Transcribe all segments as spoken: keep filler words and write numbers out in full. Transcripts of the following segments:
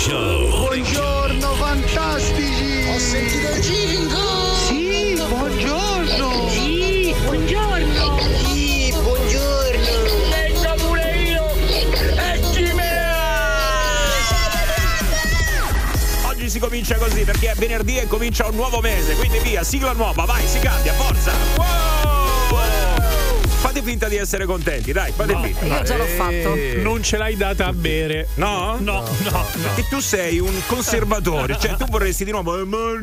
Show. Buongiorno fantastici. Ho sentito il jingle. Sì, buongiorno. Sì, buongiorno. Sì, buongiorno. Vengo pure io. E chi me Oggi si comincia così perché è venerdì e comincia un nuovo mese, quindi via, sigla nuova, vai, si cambia, forza. Wow! Fate finta di essere contenti, dai, fate No, finta. io già l'ho fatto. Non ce l'hai data a bere. No? No, no, no. E tu sei un conservatore, cioè tu vorresti di nuovo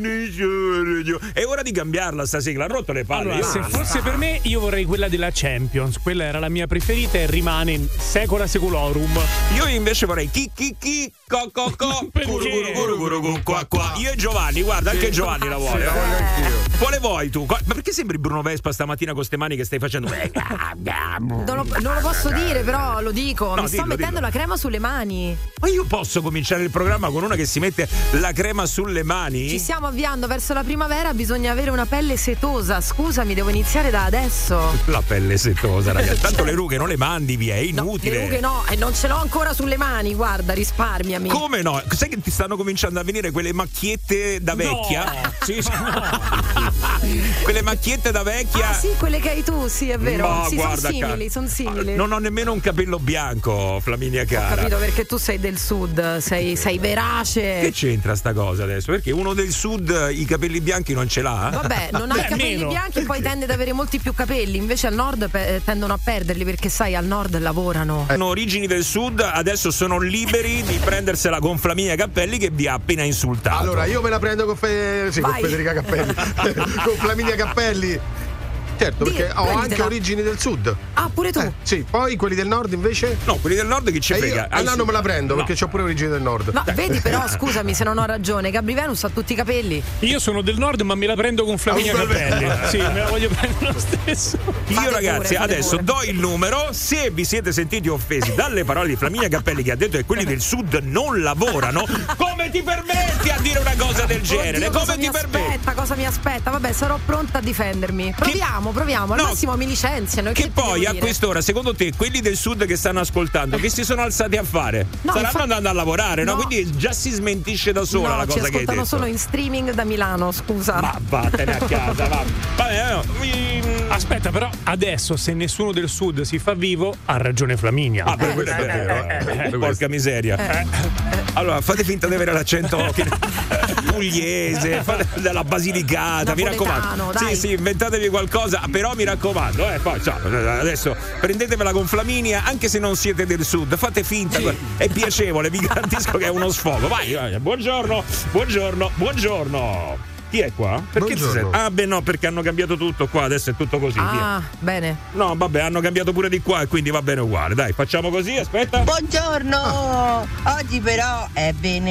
è ora di cambiarla sta sigla, ha rotto le palle. Allora, se fosse per me, io vorrei quella della Champions. Quella era la mia preferita e rimane in secula seculorum. Io invece vorrei chi chi chi co co co Perché? guru, guru, guru, guru, guru, qua qua. Io e Giovanni, guarda, anche Giovanni la vuole. Anch'io. Quale vuoi tu? Ma perché sembri Bruno Vespa stamattina con ste mani che stai facendo? Non lo, non lo posso dire, però lo dico. No, Mi sto dillo, mettendo dillo. la crema sulle mani. Ma io posso cominciare il programma con una che si mette la crema sulle mani? Ci stiamo avviando verso la primavera, bisogna avere una pelle setosa. Scusami, devo iniziare da adesso. La pelle setosa, ragazzi. Tanto le rughe non le mandi via, è No, inutile. le rughe no, e non ce l'ho ancora sulle mani, guarda, risparmiami. Come no? Sai che ti stanno cominciando a venire quelle macchiette da vecchia? No. Sì, sì. Quelle macchiette da vecchia. Ah sì, quelle che hai tu, sì, è vero. Ma sì, sono guarda, simili, ca- sono simili. Non ho nemmeno un capello bianco, Flaminia Ho cara. capito, perché tu sei del sud, sei, sei verace. Che c'entra sta cosa adesso? Perché uno del sud i capelli bianchi non ce l'ha? Vabbè, non hai Beh, capelli meno. bianchi, poi tende ad avere molti più capelli. Invece al nord pe- tendono a perderli perché, sai, al nord lavorano. Hanno origini del sud, adesso sono liberi di prendersela con Flaminia Cappelli che vi ha appena insultato. Allora, io me la prendo con, Fe- sì, con Vai. Federica Cappelli. Con Flaminia Cappelli. Certo, Dì, perché ho anche prenditela. origini del sud. Ah, pure tu. Eh, sì, poi quelli del nord invece. No, quelli del nord chi ci E frega? io allora non me la prendo perché ho pure origini del nord. Ma vedi però, scusami se non ho ragione, Gabri Venus ha tutti i capelli. Io sono del nord, ma me la prendo con Flaminia Ah, vabbè. Capelli. Sì, me la voglio prendere lo stesso. Io Fate ragazzi pure, fate adesso pure. do il numero. Se vi siete sentiti offesi dalle parole di Flaminia Cappelli che ha detto che quelli del sud non lavorano, come ti permetti a dire una cosa del genere? Oddio, cosa Come mi ti permetti? aspetta, cosa mi aspetta? Vabbè, sarò pronta a difendermi. Proviamo, proviamo. Al No. massimo mi licenziano. Che ti poi devo a dire? quest'ora, secondo te, quelli del sud che stanno ascoltando, che si sono alzati a fare? No, Saranno infatti- andando a lavorare, no? No. Quindi già si smentisce da sola No, la ci cosa che hai ascoltano detto. solo in streaming da Milano, scusa. Ma vattene a casa, va. Vabbè, no, mi- Aspetta, però adesso se nessuno del sud si fa vivo, ha ragione Flaminia. Ah, beh, quello è vero. eh, eh, Porca miseria. Allora, fate finta di avere l'accento che- pugliese, fate della Basilicata, mi Napoletano, raccomando. dai. Sì, sì, inventatevi qualcosa, però mi raccomando, eh, poi, ciao, adesso prendetevela con Flaminia, anche se non siete del sud, fate finta, è piacevole, vi garantisco che è uno sfogo. Vai, vai, buongiorno, buongiorno, buongiorno. Chi è qua? Perché si Buongiorno. sente? Ah, beh, no, perché hanno cambiato tutto qua, adesso è tutto così. via. Ah, bene. No, vabbè, hanno cambiato pure di qua e quindi va bene uguale. Dai, facciamo così, aspetta. Buongiorno! Oggi però è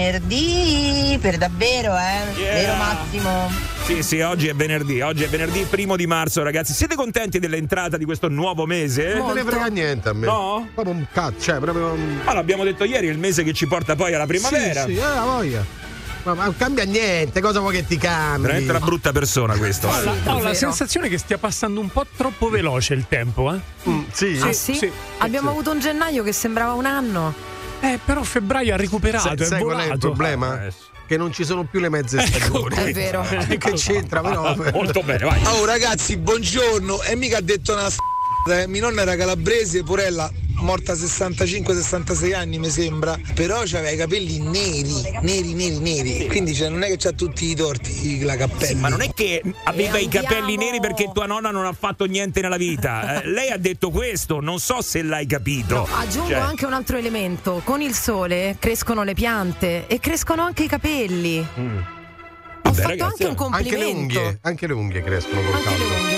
venerdì, per davvero, eh? Yeah. Vero Massimo? Sì, sì, oggi è venerdì, oggi è venerdì primo di marzo, ragazzi. Siete contenti dell'entrata di questo nuovo mese? Non me ne frega niente a me. No? Proprio un cazzo, cioè, proprio un... Ma l'abbiamo detto ieri, è il mese che ci porta poi alla primavera. Sì, sì, eh, la voglia. Ma, ma non cambia niente, cosa vuoi che ti cambi? Veramente una brutta persona questo. Ho la, ho la vero. sensazione che stia passando un po' troppo veloce il tempo, eh? Mm, sì. Ah sì? sì. Abbiamo avuto un gennaio che sembrava un anno. Eh, però febbraio ha recuperato, Sai, è sai qual è il volato. problema? Eh, Che non ci sono più le mezze stagioni. È vero. Che c'entra, però? Molto bene, vai. Oh ragazzi, buongiorno. E mica ha detto una s***a, eh. Mia nonna era calabrese, porella, morta a sessantacinque sessantasei anni mi sembra. Però aveva i capelli neri, neri, neri, neri. Quindi cioè, non è che c'ha tutti i torti la Cappelli. Ma non è che aveva E i capelli andiamo. neri perché tua nonna non ha fatto niente nella vita. Eh, lei ha detto questo, non so se l'hai capito. Aggiungo Cioè, anche un altro elemento. Con il sole crescono le piante e crescono anche i capelli. Ho vabbè, fatto ragazzi, anche un complimento. Anche le unghie, anche le unghie crescono col Anche le caldo. unghie, è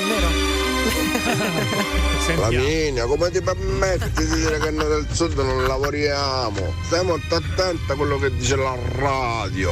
vero? Sentiamo. Flaminia, come ti permetti di dire che noi del sud non lavoriamo? Stai molto attenta a quello che dice la radio.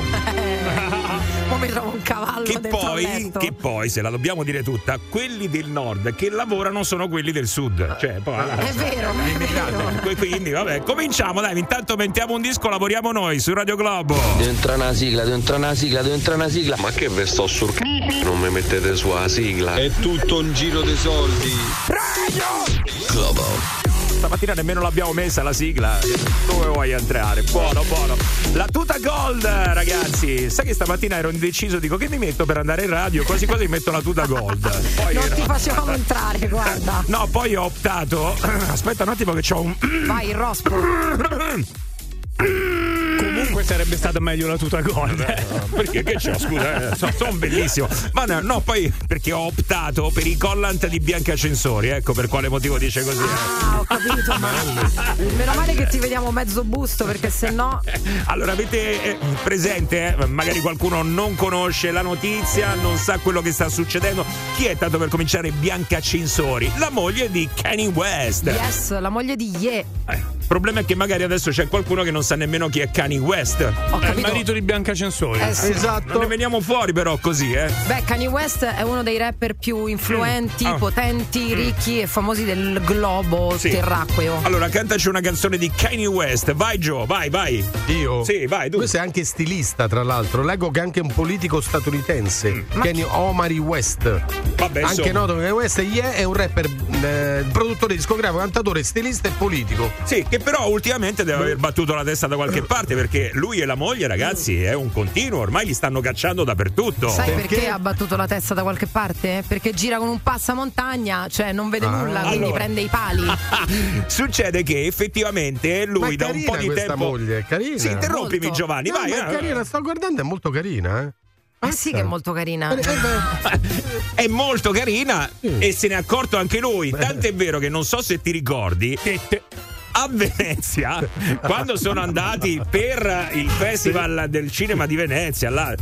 Poi mi trovo un cavallo Che dentro al poi, letto. che poi, se la dobbiamo dire tutta, quelli del nord che lavorano sono quelli del sud. Cioè, poi, È vero, è vero. Que- quindi vabbè, cominciamo, dai, intanto mettiamo un disco, lavoriamo noi su Radio Globo. Devo entrare una sigla, devo entrare una sigla, devo entrare una sigla. Ma che ve sto sul c***o? Non mi mettete su la sigla? È tutto un giro dei soldi. Globo. stamattina nemmeno l'abbiamo messa la sigla. Dove vuoi entrare? Buono, buono. La tuta gold, ragazzi. Sai che stamattina ero indeciso, dico che mi metto per andare in radio, quasi quasi metto la tuta gold. Poi non no. ti facevamo entrare, guarda. No, poi ho optato. Aspetta un attimo che c'ho un. Vai, il rospo. Comunque sarebbe stata meglio la tuta gold. Eh, perché che c'ho? Scusa, eh, sono son bellissimo. Ma no, no, poi perché ho optato per i collant di Bianca Censori, ecco per quale motivo dice così. Ah, ho capito, ma meno male che ti vediamo mezzo busto, perché se no. Allora avete eh, presente, eh, magari qualcuno non conosce la notizia, non sa quello che sta succedendo. Chi è, tanto per cominciare, Bianca Censori? La moglie di Kanye West. Yes, la moglie di Ye. Eh, il problema è che magari adesso c'è qualcuno che non sa nemmeno chi è Kanye West. Ho È il marito di Bianca Censori. Eh sì. Esatto. Non ne veniamo fuori però così, eh. Beh, Kanye West è uno dei rapper più influenti, Mm. Ah. potenti, Mm. ricchi e famosi del globo Sì. terracqueo. Allora, cantaci una canzone di Kanye West. Vai, Gio, vai, vai. Io? Sì, vai, tu. Tu sei anche stilista, tra l'altro. Leggo che è anche un politico statunitense, Mm. Kanye Omari West. Vabbè, Anche insomma. noto Kanye West Ye è un rapper, eh, produttore discografico, cantatore, stilista e politico. Sì, che però ultimamente deve aver battuto la testa da qualche parte, perché lui e la moglie, ragazzi, è un continuo, ormai li stanno cacciando dappertutto. Sai perché? Perché? ha battuto la testa da qualche parte? Perché gira con un passamontagna, cioè non vede Ah. nulla, quindi Allora. prende i pali. Succede che effettivamente lui Ma è da un carina po' di questa tempo. moglie, è carina. Sì, interrompimi, Molto. Giovanni, No, vai. ma è eh. carina, sto guardando, è molto carina, eh. Eh sì che è molto carina. Eh, beh. È molto carina e se ne è accorto anche lui. Tant'è vero che non so se ti ricordi. A Venezia, quando sono andati per il Festival del Cinema di Venezia, là,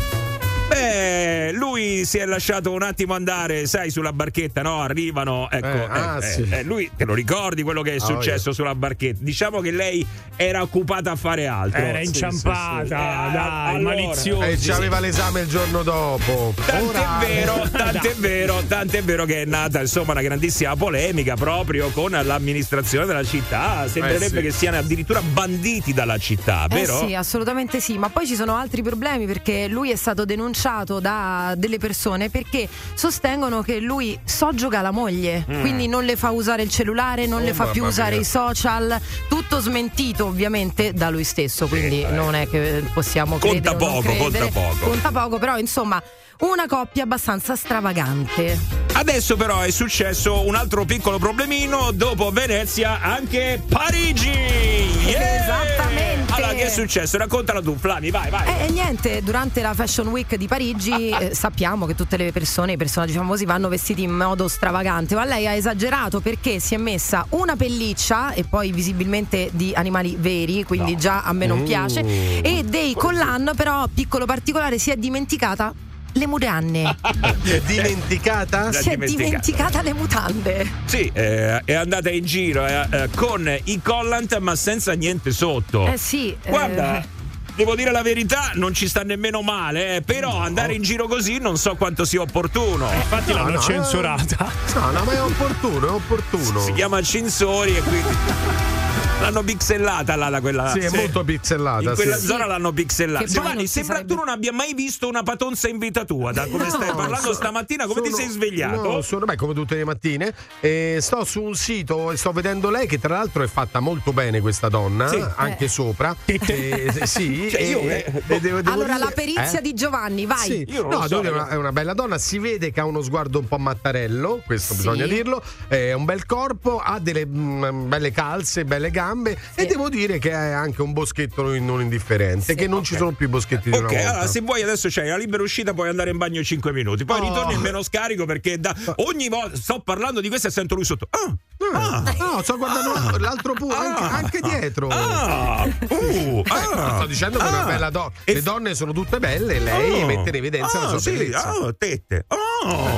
beh, lui si è lasciato un attimo andare, sai, sulla barchetta, no? Arrivano, ecco, Eh, ah, eh, sì. eh, lui, te lo ricordi quello che è Ah, successo oh, sulla barchetta? Diciamo che lei era occupata a fare altro. Era inciampata, sì, sì. dai, Allora, maliziosa. E c'aveva l'esame il giorno dopo. Tant'è Ora- vero, tant'è vero, tant'è vero che è nata insomma una grandissima polemica proprio con l'amministrazione della città. Sembrerebbe Eh sì. che siano addirittura banditi dalla città, vero? Eh sì, assolutamente sì, ma poi ci sono altri problemi, perché lui è stato denunciato da delle persone perché sostengono che lui soggioga la moglie, Mm. quindi non le fa usare il cellulare, non Oh, le fa più mamma usare mia. i social, tutto smentito ovviamente da lui stesso, quindi non è che possiamo Conta credere o non poco, conta credere. poco. Conta poco, però insomma una coppia abbastanza stravagante. Adesso però è successo un altro piccolo problemino, dopo Venezia anche Parigi. Yeah! Esattamente. Allora che è successo? Raccontala tu, Flami, vai, vai. E niente, durante la Fashion Week di Parigi eh, sappiamo che tutte le persone, i personaggi famosi vanno vestiti in modo stravagante, ma lei ha esagerato perché si è messa una pelliccia e poi visibilmente di animali veri, quindi già a me non Mm. piace, e dei collan, però piccolo particolare, si è dimenticata le mutande. È dimenticata? L'ha Si è dimenticata. dimenticata le mutande. Sì, eh, è andata in giro eh, eh, con i collant ma senza niente sotto. Eh sì. Guarda, eh, devo dire la verità, non ci sta nemmeno male, eh, però andare in giro così non so quanto sia opportuno. Infatti No, l'hanno no, censurata. No, no, ma è opportuno, è opportuno. Si chiama Censori e quindi l'hanno pixellata là da quella. Sì, è molto pixellata. In quella sì. zona l'hanno pixellata. Che poi Giovanni, non si sembra sarebbe- tu non abbia mai visto una patonza in vita tua, da come No, stai parlando so- stamattina, come ti sono- sei svegliato? No, sono, beh, come tutte le mattine. Eh, sto su un sito e sto vedendo lei, che tra l'altro è fatta molto bene questa donna, Sì. anche Eh. sopra. Eh, sì, Cioè, io, e- eh, e devo- devo allora dire- la perizia eh? di Giovanni, vai. Sì. Io non lo No, so, devo dire, è ragazzi. una, è una bella donna, si vede che ha uno sguardo un po' mattarello, questo Sì. bisogna dirlo, è un bel corpo, ha delle mm, belle calze, belle gambe e devo dire che è anche un boschetto non non indifferente, Sì. che non ci sono più i boschetti di una Ok, volta. allora se vuoi adesso c'hai la libera uscita, puoi andare in bagno cinque minuti, poi Oh. ritorni in meno scarico perché da ogni volta sto parlando di questo e sento lui sotto. Ah, ah, No, sto guardando l'altro pure, anche, Ah. anche dietro. ah, uh, ah, Sto dicendo che è una ah. bella donna. E- Le donne sono tutte belle e lei Oh. mette in evidenza Ah, la sua sì, bellezza. ah, tette. Oh,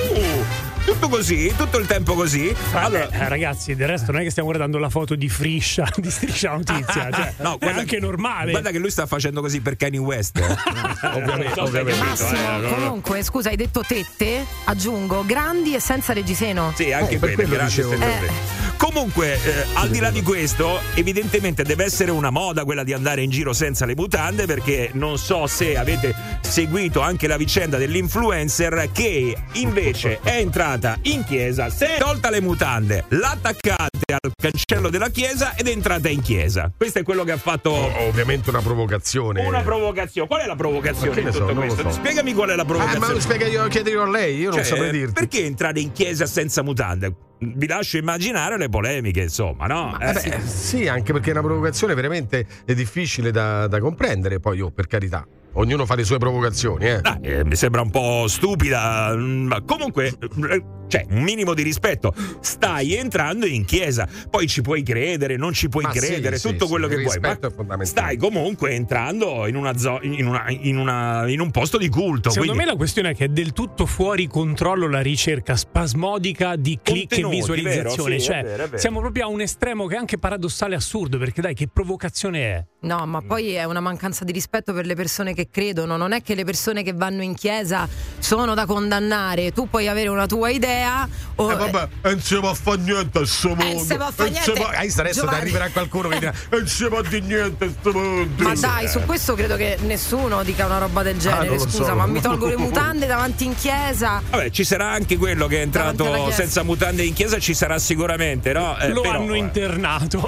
uh, tutto così, tutto il tempo così. Allora, Eh, ragazzi, del resto non è che stiamo guardando la foto di Friscia, di Striscia Notizia, cioè, no, è anche normale. Guarda che lui sta facendo così per Kanye West. eh. Ovviamente, Non so se hai capito, Massimo, eh, no, no. comunque, scusa, hai detto tette? Aggiungo, grandi e senza reggiseno. Sì, anche Eh, per quelle quello grandi dicevo. senza Eh. te. Comunque, eh, al di là di questo, evidentemente deve essere una moda quella di andare in giro senza le mutande, perché non so se avete seguito anche la vicenda dell'influencer che invece è entrata in chiesa, si è tolta le mutande, l'ha attaccate al cancello della chiesa ed è entrata in chiesa. Questo è quello che ha fatto. Oh, ovviamente una provocazione. Una provocazione. Qual è la provocazione in tutto so, questo? So. Spiegami qual è la provocazione. Ah, ma lo spiega io, chiedo a lei, io non cioè, saprei dirti. Perché entrare in chiesa senza mutande? Vi lascio immaginare le polemiche, insomma, no? Ma, eh, beh, sì, anche perché è una provocazione veramente è difficile da, da comprendere, poi io, oh, per carità. Ognuno fa le sue provocazioni, eh. Ah, eh, mi sembra un po' stupida, ma comunque c'è un minimo di rispetto. Stai entrando in chiesa, poi ci puoi credere, non ci puoi ma credere, sì, tutto sì, quello sì, che vuoi, ma è fondamentale. Stai comunque entrando in una zo- in, una, in, una, in un posto di culto. Secondo quindi... me la questione è che è del tutto fuori controllo la ricerca spasmodica di click Contenuti, e visualizzazione. vero? Sì, cioè, è vero, è vero. siamo proprio a un estremo che è anche paradossale e assurdo, perché dai, che provocazione è? No, ma poi è una mancanza di rispetto per le persone che credono. Non è che le persone che vanno in chiesa sono da condannare. Tu puoi avere una tua idea o... Eh, vabbè, non si può fare niente a sto mondo. non si può fare niente. Può... adesso adesso Giovanni... ti arriverà qualcuno che dirà non si può dire niente a sto mondo. Ma dai, su questo credo che nessuno dica una roba del genere. Ah, Scusa, so. ma mi tolgo le mutande davanti in chiesa. Vabbè, ci sarà anche quello che è entrato senza mutande in chiesa, ci sarà sicuramente, no? Eh, Lo però, hanno internato.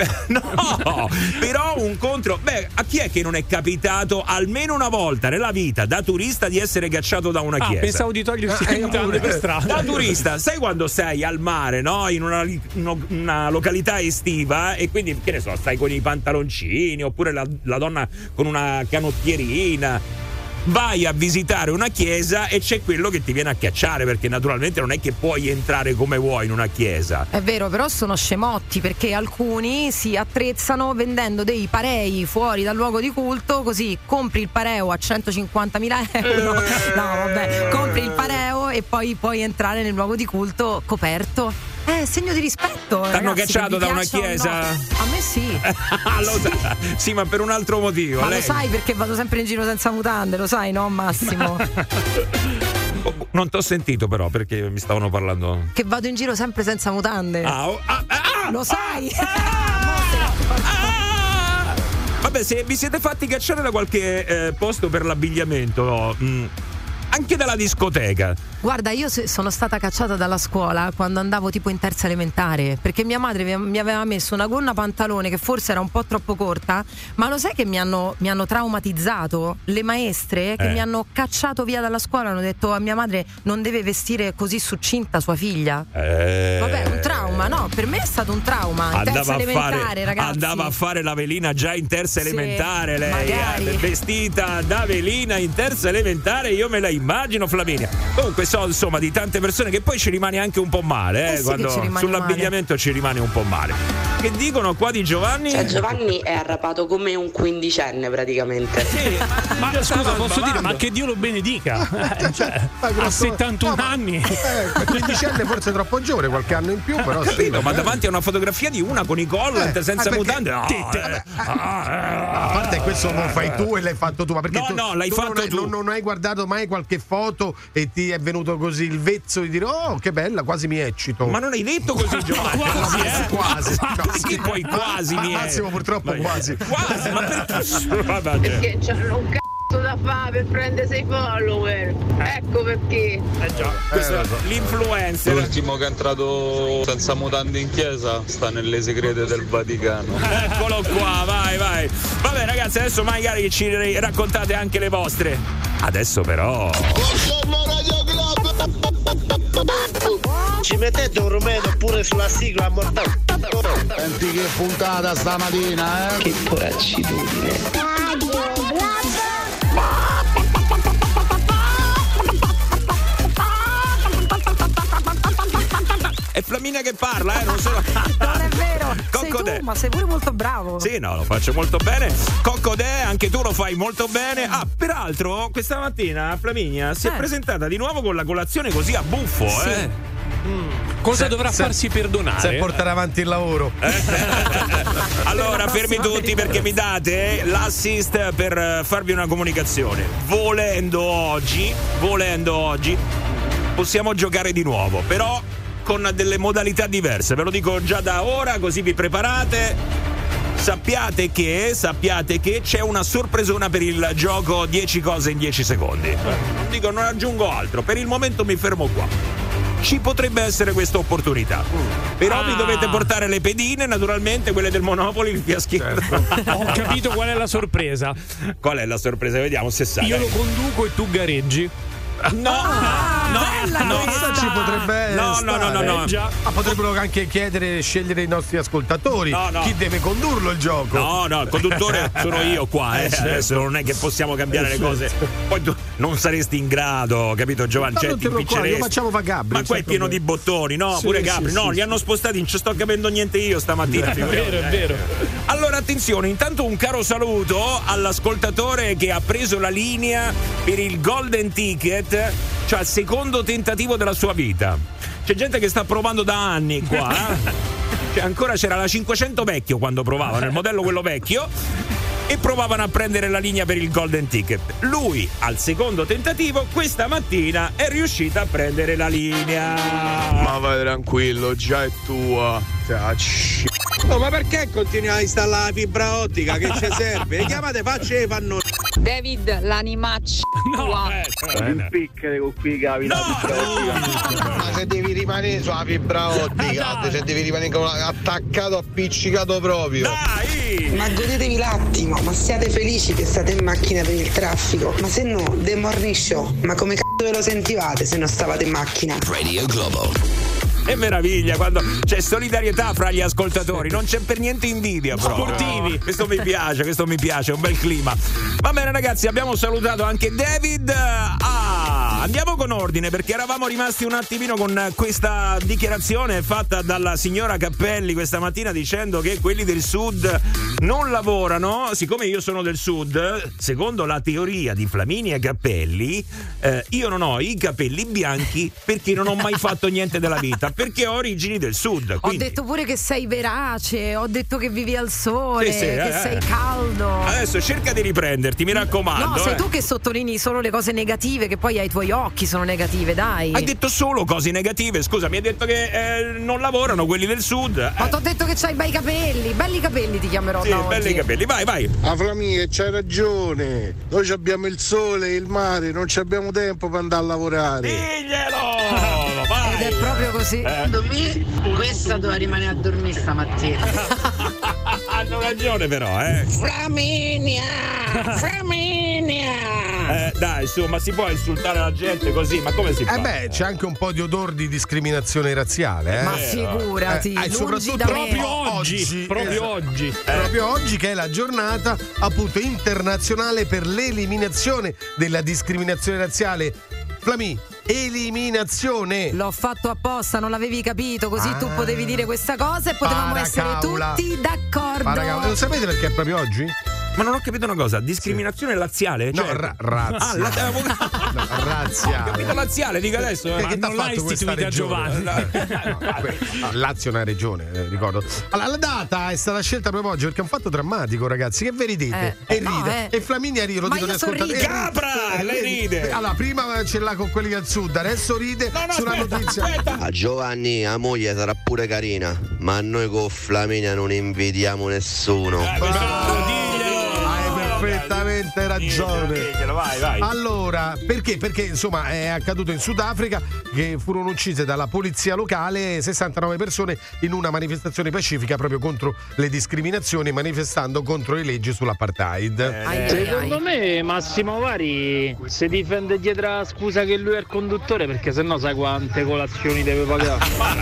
No, però un contro. Beh, a chi è che non è capitato almeno una volta nella vita da turista di essere cacciato da una ah, chiesa? Pensavo di togliersi le mutande per strada. Da turista, sai quando sei al mare, no? In una, una, una località estiva e quindi, che ne so, stai con i pantaloncini oppure la, la donna con una canottierina. Vai a visitare una chiesa e c'è quello che ti viene a cacciare, perché naturalmente non è che puoi entrare come vuoi in una chiesa. È vero, però sono scemotti, perché alcuni si attrezzano vendendo dei parei fuori dal luogo di culto, così compri il pareo a centocinquantamila euro. No, vabbè, compri il pareo e poi puoi entrare nel luogo di culto coperto. Eh, segno di rispetto. T'hanno ragazzi, cacciato da una piaccia o chiesa? No. A me sì. lo sì. Sa- sì, ma per un altro motivo. Ma Lei... lo sai perché vado sempre in giro senza mutande, lo sai, no, Massimo? Non t'ho sentito però, perché mi stavano parlando. Che vado in giro sempre senza mutande. Ah, oh, ah, ah, lo sai? Ah, ah, vabbè, se vi siete fatti cacciare da qualche eh, posto per l'abbigliamento, mh, anche dalla discoteca. Guarda, io sono stata cacciata dalla scuola quando andavo tipo in terza elementare, perché mia madre mi aveva messo una gonna pantalone che forse era un po' troppo corta, ma lo sai che mi hanno, mi hanno traumatizzato? Le maestre che eh. mi hanno cacciato via dalla scuola hanno detto a mia madre non deve vestire così succinta sua figlia. Eh. Vabbè, un trauma, no? Per me è stato un trauma. In andava terza a elementare, fare, ragazzi. andava a fare la velina già in terza sì, elementare, lei magari. eh, vestita da velina in terza elementare, io me la immagino, Flaminia. Comunque so insomma di tante persone che poi ci rimane anche un po' male, eh, eh sì, quando ci sull'abbigliamento male. ci rimane un po' male. Che dicono qua di Giovanni? Cioè Giovanni è arrapato come un quindicenne praticamente. Sì, ma scusa, posso dire, ma che Dio lo benedica. Eh, cioè, ha settantuno no, anni. Eh, quindicenne forse troppo giovane, qualche anno in più, però capito, sì, ma davanti a una fotografia di una con i collant eh, senza perché, mutande. No, te, te, eh, a parte questo lo fai tu e l'hai fatto tu, ma perché no, tu, no, l'hai tu fatto non hai, tu. Non, non hai guardato mai qualche foto e ti è venuto così il vezzo di dire oh che bella, quasi mi eccito. Ma non hai detto così, Giovanni? quasi, eh? quasi. No, sì, poi quasi mi è. Massimo purtroppo ma quasi. Quasi, ma perché? Vabbè, perché c'hanno un c***o da fare per prendere sei follower. Ecco perché. Eh già, questo è l'influencer. L'ultimo che è entrato senza mutande in chiesa sta nelle segrete del Vaticano. Eccolo qua, vai, vai. Vabbè ragazzi, adesso magari ci raccontate anche le vostre. Adesso però ci mettete un rumeno pure sulla sigla mortale. Senti che puntata stamattina, eh? Che poracitudine. è Flaminia che parla, eh, non solo. Non è vero, Coccodè. sei tu, ma sei pure molto bravo. Sì, no, lo faccio molto bene. Coccodè, anche tu lo fai molto bene. Ah, peraltro, questa mattina Flaminia si Eh. è presentata di nuovo con la colazione così a buffo, Sì. eh. Mm. Cosa Se- dovrà se- farsi perdonare? Se portare avanti il lavoro. Allora, fermi tutti perché mi date l'assist per eh, farvi una comunicazione. Volendo oggi, volendo oggi, possiamo giocare di nuovo, però con delle modalità diverse. Ve lo dico già da ora, così vi preparate. Sappiate che, sappiate che c'è una sorpresona per il gioco dieci cose in dieci secondi. Non dico, non aggiungo altro. Per il momento mi fermo qua. Ci potrebbe essere questa opportunità. Però Ah. vi dovete portare le pedine, naturalmente, quelle del Monopoli, il fiaschetto. Ho capito qual è la sorpresa. Qual è la sorpresa? Vediamo se sai. Io lo conduco e tu gareggi. No, no, no, Questa ci potrebbe No, no, no, no, no. Già. Ma potrebbero anche chiedere, scegliere i nostri ascoltatori No, no. chi deve condurlo il gioco. No, no, il conduttore sono io qua, eh. Eh, certo. Adesso non è che possiamo cambiare Eh, le cose. certo. Poi tu non saresti in grado, capito, Ma non Giovancetti? ti preoccupare, lo impicceresti. facciamo fa Gabri. Ma non qua è c'è pieno di problema. bottoni, no? Sì, Pure sì, Gabri. sì, no, sì. li hanno spostati, non ci sto capendo niente io stamattina. È figurati, vero, è eh. vero. Allora, attenzione, intanto un caro saluto all'ascoltatore che ha preso la linea per il Golden Ticket, cioè il secondo tentativo della sua vita. C'è gente che sta provando da anni qua. eh. Cioè, ancora c'era la cinquecento vecchio quando provavano, il modello quello vecchio, e provavano a prendere la linea per il Golden Ticket. Lui, al secondo tentativo, questa mattina è riuscito a prendere la linea. Ma vai tranquillo, già è tua. Cacci. Oh, ma perché continui a installare la fibra ottica? Che ci serve? Le chiamate facce e fanno. David, l'animaccia. No, Il piccere con cui cavi la fibra ottica. Ma se devi rimanere sulla fibra ottica, se devi rimanere con- attaccato, appiccicato proprio. Dai! Ma godetevi l'attimo, ma siate felici che state in macchina per il traffico. Ma se no, The Morning Show, ma come c***o ve lo sentivate se non stavate in macchina? Radio Globo. Che meraviglia quando c'è solidarietà fra gli ascoltatori, non c'è per niente invidia proprio. Sportivi. Questo mi piace, questo mi piace, è un bel clima. Va bene ragazzi, abbiamo salutato anche David. Ah, andiamo con ordine perché eravamo rimasti un attimino con questa dichiarazione fatta dalla signora Cappelli questa mattina dicendo che quelli del sud non lavorano. Siccome io sono del sud, secondo la teoria di Flaminia Cappelli, eh, io non ho i capelli bianchi perché non ho mai fatto niente della vita. Perché ho origini del sud. Ho Quindi... detto pure che sei verace, ho detto che vivi al sole, Sì, sì, che eh, sei eh. caldo. Adesso cerca di riprenderti, mi raccomando. No, sei eh. tu che sottolinei solo le cose negative, che poi ai tuoi occhi sono negative, dai. Hai detto solo cose negative, scusa, mi hai detto che eh, non lavorano quelli del sud. Eh. Ma ti ho detto che c'hai bei capelli, belli capelli ti chiamerò Sì, da belli oggi. capelli, vai, vai. Ah, Flaminia, c'hai ragione. Noi abbiamo il sole e il mare, non ci abbiamo tempo per andare a lavorare. Diglielo! Vai. Ed è proprio così. Eh. Secondo me questa doveva rimanere a dormire stamattina. Hanno ragione però, eh. Flaminia! Flaminia! Eh, dai, su, ma si può insultare la gente così? Ma come si fa? Eh beh, c'è anche un po' di odor di discriminazione razziale, eh? Ma figurati, Eh, eh, lungi soprattutto da me. Proprio oggi, Oggi, proprio esatto. oggi. Eh. Proprio oggi che è la giornata appunto internazionale per l'eliminazione della discriminazione razziale. Flami, eliminazione. L'ho fatto apposta, non l'avevi capito, così Ah. tu potevi dire questa cosa e potevamo essere Paracaula. tutti d'accordo. Paracaula. Lo sapete perché è proprio oggi? Ma non ho capito una cosa, discriminazione laziale? No, Cioè- ra- razziale. Ah, la... No, Ho razziale. capito laziale, dica adesso. eh. Che, Ma che t'ha non l'ha fatto questa istituita regione? Giovanni. No, que- ah, Lazio è una regione, eh, ricordo. Allora, la data è stata scelta proprio oggi perché è un fatto drammatico, ragazzi. Che ve ridete? Eh, e no, ride. eh. E Flaminia ride, lo Ma dico io agli sorrido. ascoltatori. Capra, lei ride. Allora, prima ce l'ha con quelli del sud, adesso ride No, no, su una aspetta, notizia. aspetta. A Giovanni, la moglie sarà pure carina, ma noi con Flaminia non invidiamo nessuno. Eh, questo no, diglielo. Hai perfettamente ragione. Diglielo, vai, vai. Allora, perché? Perché insomma è accaduto in Sudafrica che furono uccise dalla polizia locale sessantanove persone in una manifestazione pacifica proprio contro le discriminazioni, manifestando contro le leggi sull'apartheid. Ai, ai, Secondo ai. me Massimo Vari si difende dietro la scusa che lui è il conduttore, perché sennò sai quante colazioni deve pagare.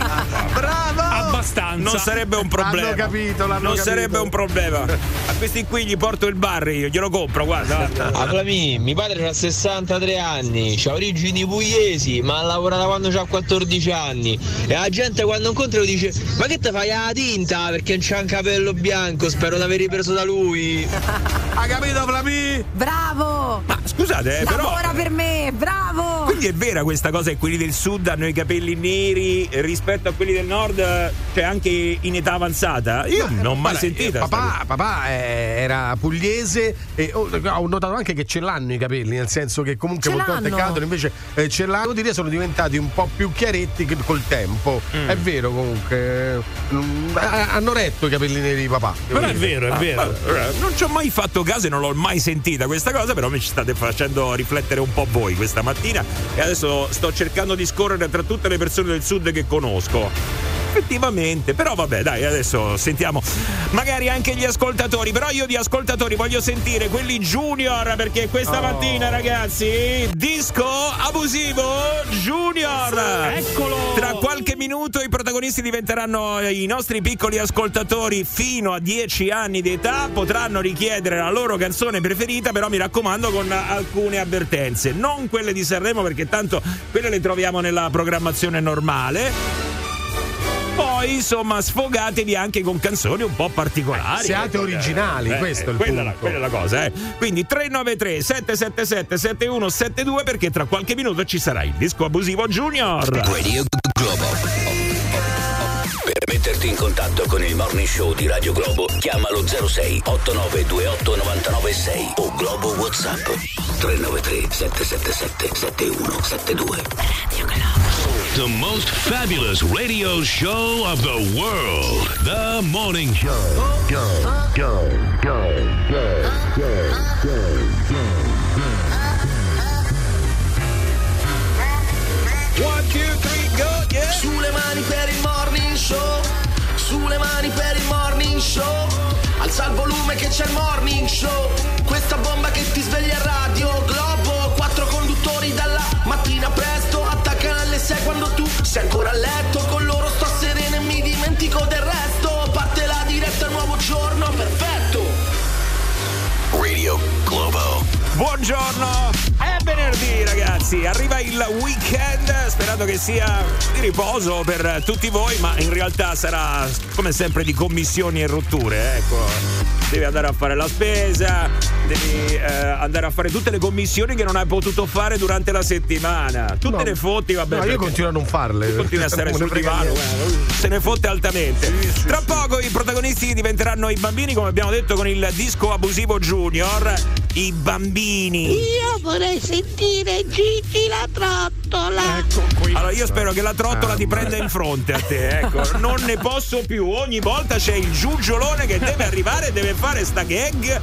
Bravo! Abbastanza. Non sarebbe un problema. L'hanno capito, l'hanno Non capito. sarebbe un problema. A questi qui gli porto il bar io, glielo compro, guarda. A Flami, mio padre ha sessantatré anni, ha origini pugliesi, ma ha lavorato quando ha quattordici anni. E la gente quando incontra lo dice: ma che te fai la tinta? Perché non c'ha un capello bianco, spero di aver ripreso da lui. Ha capito, Flami? Bravo! Ma scusate, eh, però. Lavora per me, bravo! Quindi è vera questa cosa che quelli del sud hanno i capelli neri rispetto a quelli del nord, cioè anche in età avanzata? Io non ho mai Guarda, sentita. eh, Papà, papà eh, era pugliese e oh, ha un notato anche che ce l'hanno i capelli, nel senso che comunque Ce molte volte l'hanno. cadono, invece eh, ce l'hanno, dire sono diventati un po' più chiaretti che- col tempo. Mm. È vero comunque. mm, ha- hanno retto i capelli neri di papà. devo Però è dire. vero, è Ah, vero. allora, non ci ho mai fatto caso e non l'ho mai sentita questa cosa, però mi ci state facendo riflettere un po' voi questa mattina e adesso sto cercando di scorrere tra tutte le persone del sud che conosco. Effettivamente, però vabbè, dai, adesso sentiamo magari anche gli ascoltatori, però io di ascoltatori voglio sentire quelli junior, perché questa Oh. mattina, ragazzi, disco abusivo junior. Eccolo! Tra qualche minuto i protagonisti diventeranno i nostri piccoli ascoltatori fino a dieci anni di età, potranno richiedere la loro canzone preferita, però mi raccomando con alcune avvertenze, non quelle di Sanremo perché tanto quelle le troviamo nella programmazione normale. Poi insomma sfogatevi anche con canzoni un po' particolari. Siate ecco, originali, eh, questo è il quella, punto. la- quella è la cosa, eh. Quindi tre nove tre sette sette sette sette uno sette due perché tra qualche minuto ci sarà il disco abusivo junior. Radio Globo. Per metterti in contatto con il Morning Show di Radio Globo, chiamalo zero sei otto nove due otto nove nove sei o Globo WhatsApp tre nove tre sette sette sette sette uno sette due. Radio Globo. The most fabulous radio show of the world. The Morning Show. Go, go, go, go, go, go, One, two, three, go, yeah. Sulle mani per il morning show, sulle mani per il morning show, alza il volume che c'è il morning show, questa bomba che ti sveglia a Radio Globo, quattro conduttori dalla mattina presto, attaccano alle sei quando tu sei ancora a letto, con loro sto sereno e mi dimentico del resto, parte la diretta, nuovo giorno, perfetto. Radio Globo. Buongiorno, è venerdì ragazzi, arriva il weekend, sperato che sia di riposo per tutti voi, ma in realtà sarà come sempre di commissioni e rotture, ecco. Devi andare a fare la spesa, devi eh, andare a fare tutte le commissioni che non hai potuto fare durante la settimana. Tu No. te ne fotti, vabbè. No, io perché continuo a non farle. continui a stare Non me sul ne frega divano, niente. eh, se ne fotte altamente. Tra poco i protagonisti diventeranno i bambini, come abbiamo detto con il disco abusivo junior. I bambini. Io vorrei sentire Gigi la trottola. Ecco qui. Allora io spero che la trottola ti prenda in fronte a te, ecco. Non ne posso più. Ogni volta c'è il giugiolone che deve arrivare e deve fare sta gag.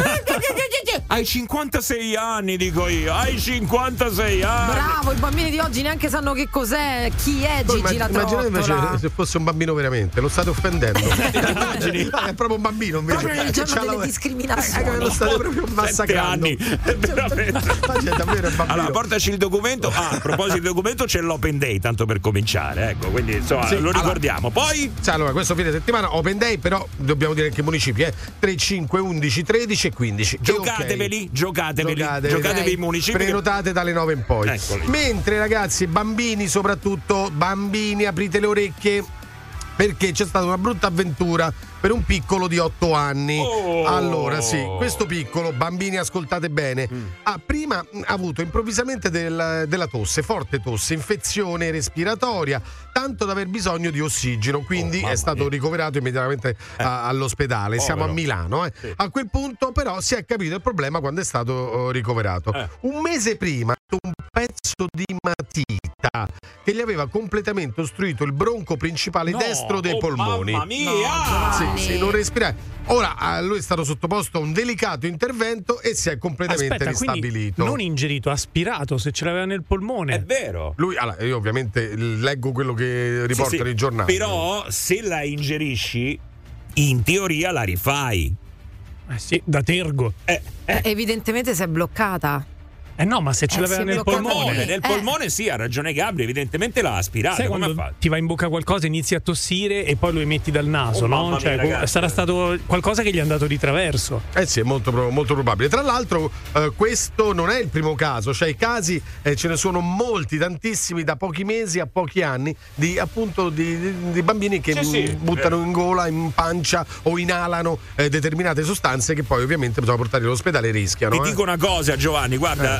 Hai cinquantasei anni, dico io. Hai cinquantasei anni. Bravo, i bambini di oggi neanche sanno che cos'è, chi è Poi Gigi imma- la immaginate trottola. invece se fosse un bambino veramente, lo state offendendo. Immagini? No, è proprio un bambino invece. Proprio nel Che giorno c'ha delle la- discriminazioni. Eh, lo state proprio Sette massacrando. anni. Veramente. Ma c'è davvero un bambino. Allora, portaci il documento. Ah, a proposito del documento, c'è l'Open Day, tanto per cominciare. Ecco, quindi insomma, Sì, lo allora- ricordiamo. Poi. Sì, allora, questo fine settimana Open Day, però dobbiamo dire anche i municipi, eh. tre, cinque, undici, tredici e quindici. Giocateveli, giocateveli, Giocatevi. giocatevi i municipi. che- Prenotate dalle nove in poi. Eccoli. Mentre ragazzi, bambini soprattutto, bambini aprite le orecchie perché c'è stata una brutta avventura per un piccolo di otto anni. Oh. Allora sì, questo piccolo, bambini ascoltate bene, Mm. ha prima ha avuto improvvisamente del- della tosse, forte tosse, infezione respiratoria, tanto da aver bisogno di ossigeno, quindi Oh, mamma è stato mia. ricoverato immediatamente a- all'ospedale. Siamo a Povero. Milano. eh. Sì. A quel punto però si è capito il problema quando è stato oh, ricoverato. Eh. Un mese prima un pezzo di matita che gli aveva completamente ostruito il bronco principale No, destro dei oh, polmoni. mamma mia! Sì, sì, non respirare. Ora a lui è stato sottoposto a un delicato intervento e si è completamente Aspetta, quindi ristabilito. non ingerito, aspirato, se ce l'aveva nel polmone. È vero. Lui, allora, io ovviamente leggo quello che riportano Sì, sì. i giornali. Però se la ingerisci, in teoria la rifai. Eh sì, da tergo. Eh, Eh, Evidentemente si è bloccata. Eh no, ma se ce Eh, l'aveva si è nel bloccato polmone. lì. nel Eh. polmone sì, ha ragione Gabri, evidentemente l'ha aspirata. Sai Come quando ha fatto? ti va in bocca qualcosa, inizi a tossire e poi lo emetti dal naso, Oh, no? mamma Cioè, mia, ragazzi. sarà stato qualcosa che gli è andato di traverso. Eh sì, è molto, pro- molto probabile. Tra l'altro, eh, questo non è il primo caso, cioè i casi eh, ce ne sono molti, tantissimi, da pochi mesi a pochi anni, di appunto di, di- di bambini che Sì, sì, mh, buttano vero. in gola, in pancia o inalano eh, determinate sostanze che poi ovviamente bisogna portare all'ospedale e rischiano. Ti eh. dico una cosa, Giovanni, guarda,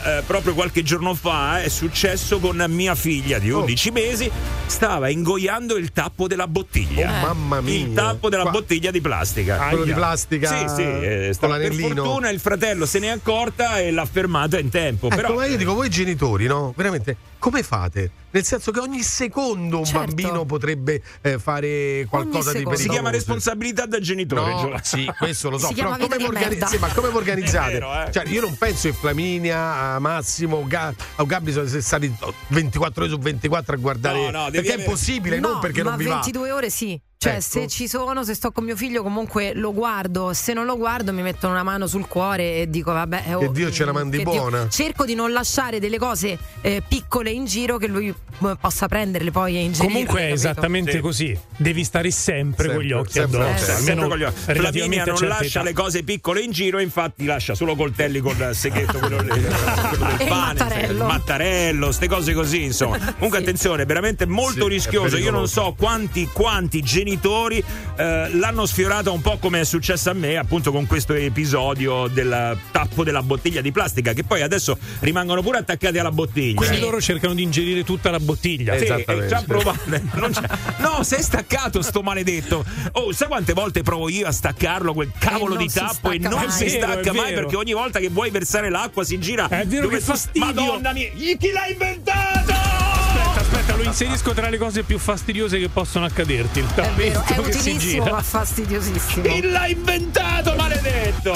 eh, proprio qualche giorno fa è successo con mia figlia di undici oh. mesi, stava ingoiando il tappo della bottiglia. Oh, mamma mia. Il tappo della Qua. bottiglia di plastica. Quello Aia. di plastica. Sì, sì, eh, stava, per fortuna il fratello se ne è accorta e l'ha fermata in tempo. Ecco, però ma io dico, voi genitori, no? Veramente, come fate? Nel senso che ogni secondo un certo. bambino potrebbe eh, fare qualcosa di pericoloso. Si chiama responsabilità da genitore. No, sì, questo lo so. Si però come vi organi- sì, ma come vi organizzate? Vero, eh? Cioè, io non penso che Flaminia, Massimo o Ga- Gabbi sono stati ventiquattro ore su ventiquattro a guardare. No, no, perché avere... è impossibile, no, non perché ma non vi va. ventidue ore sì. Cioè, ecco. se ci sono, se sto con mio figlio, comunque lo guardo. Se non lo guardo, mi mettono una mano sul cuore e dico, vabbè, oh, che Dio ce la mandi buona. Dio. Cerco di non lasciare delle cose eh, piccole in giro che lui eh, possa prenderle poi e ingerire. Comunque è esattamente sì. così. Devi stare sempre, sempre con gli occhi addosso. Eh, sempre con gli occhi. Flaminia non lascia età. le cose piccole in giro, infatti lascia solo coltelli con il seghetto, quello, lì, quello del pane, mattarello, il mattarello, ste cose così, insomma. Comunque sì. attenzione, veramente molto sì, rischioso. Io non so quanti quanti genitori Eh, l'hanno sfiorata un po' come è successo a me, appunto, con questo episodio del tappo della bottiglia di plastica, che poi adesso rimangono pure attaccati alla bottiglia. Quindi loro cercano di ingerire tutta la bottiglia. Sì, e già provate. Non c'è. No, sei staccato sto maledetto. Oh, sai quante volte provo io a staccarlo quel cavolo di tappo e non si stacca mai, perché ogni volta che vuoi versare l'acqua si gira. È vero, che fastidio. Madonna mia, chi l'ha inventato? Aspetta, lo inserisco tra le cose più fastidiose che possono accaderti. Il tappeto è, vero, è che si gira, ma fastidiosissimo. Chi l'ha inventato, maledetto?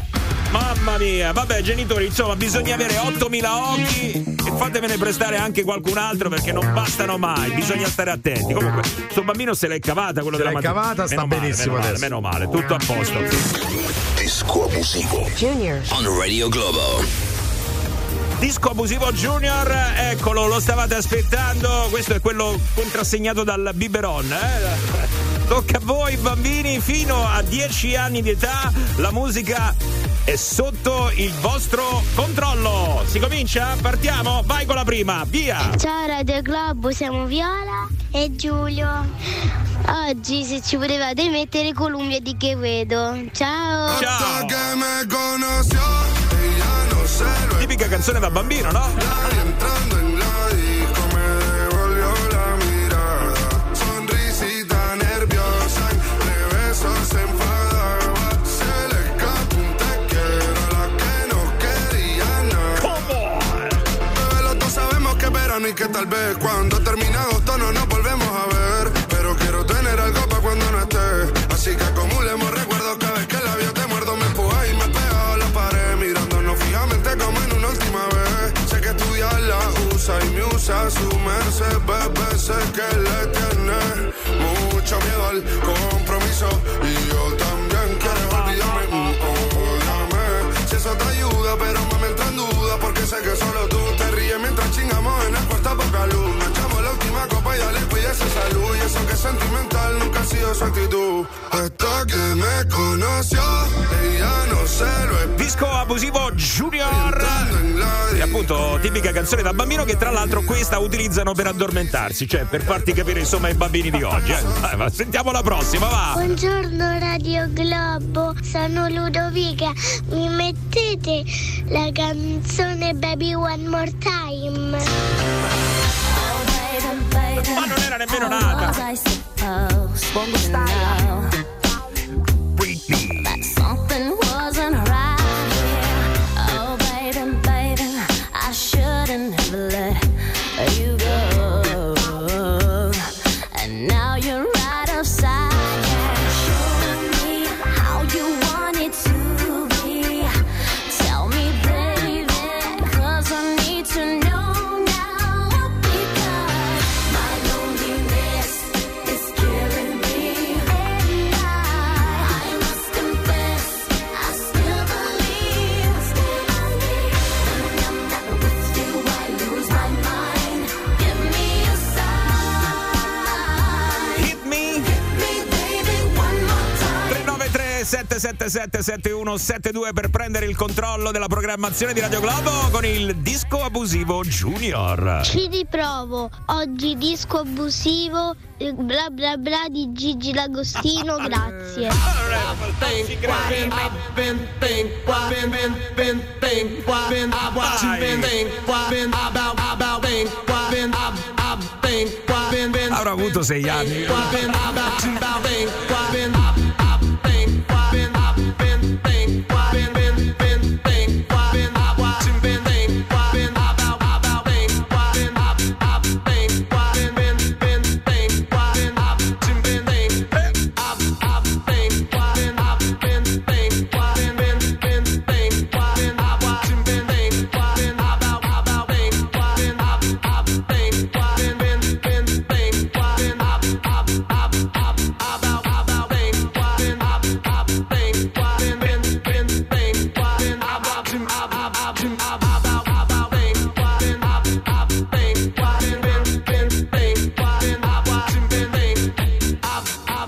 Mamma mia, vabbè, genitori, insomma, bisogna avere ottomila occhi e fatemene prestare anche qualcun altro, perché non bastano mai, bisogna stare attenti. Comunque, sto bambino se l'è cavata, quello se della mattina. cavata, sta meno benissimo male, adesso. Meno male, meno male, tutto a posto. Disco abusivo Junior on Radio Globo. Disco abusivo Junior, eccolo, lo stavate aspettando. Questo è quello contrassegnato dal biberon, eh? Tocca a voi bambini, fino a dieci anni di età la musica è sotto il vostro controllo. Si comincia? Partiamo? Vai con la prima, via! Ciao Radio Globo, siamo Viola e Giulio. Oggi se ci potevate mettere Columbia di Quevedo. Ciao! Ciao! Tipica canzone da bambino, no? Entrando en la disco me devolvió la mirada, sonrisita nerviosa, de besos se enfadaba, se le escapó un te quiero a la que no quería nada. ¿Cómo? Bebé, los dos sabemos que es verano y que tal vez cuando termine agosto no nos volvemos a ver, pero quiero tener algo para cuando no esté, así que acumulemos recuerdos cada vez que el labio te muerdo, me empuja y me pega a la pared, mirándonos fijamente como en una última vez. Sé que estudiar la usa y me usa su merced, bebé, sé que le tiene mucho miedo al compromiso y yo también quiero olvidarme, mm, óyame, si eso te ayuda, pero me entra en duda porque sé que solo tú te ríes mientras chingamos en el cuarto a poca luz, nos echamos la última copa y ya le cuide esa salud y eso que es sentimental nunca ha sido su actitud, hasta que me conoció ella no se lo è. Disco abusivo Junior e appunto tipica canzone da bambino che tra l'altro questa utilizzano per addormentarsi, cioè per farti capire insomma i bambini di oggi, eh. Vai, ma sentiamo la prossima, va. Buongiorno Radio Globo, sono Ludovica, mi mettete la canzone Baby One More Time? Ma non era nemmeno nata. Bongo style. Something wasn't right here. Oh, baby, baby, I shouldn't have let you go. And now you're right upside down. Show me how you want it to be. Tell me, baby, 'cause I need to know now. Because my loneliness is killing me. And I, I must confess, I still believe, still believe. When I'm not with you, I lose my mind. Give me a sign. Hit me. Hit me, baby, one more time. tre nove tre sette sette sette sette uno sette due per prendere il controllo della programmazione di Radio Globo con il disco abusivo Junior. Ci riprovo, oggi disco abusivo, eh, bla bla bla di Gigi D'Agostino, grazie. I've been, been, been, been, been been, why been, why you been, been, why been, about, about, been, why been, ab, ab, been, why been, been. Avrà avuto sei anni. Why been, about, about, been, why been, ab, ab, been, why been, ab, been, been, why been, been, been, been, why been, ab, why you been, been, why been, about, about, been, why been, ab, ab, been, why been, been, been, been, why been, ab, you been, been, ab, ab, been, why been, ab, been, been, why been, been, been, been, why been, ab, why you been, been, why been, about, about, been, why been, ab, ab, been, why been, been, been, been, why been, ab, ab, ab, ab, about, about, been, why been, ab, ab, been, why been, been, been, been, why been, ab, ab, ab, ab, ab, ab, about, about, been, why been, ab, ab, been, why been, been, been, been, why been, ab, why you been, been, ab, ab,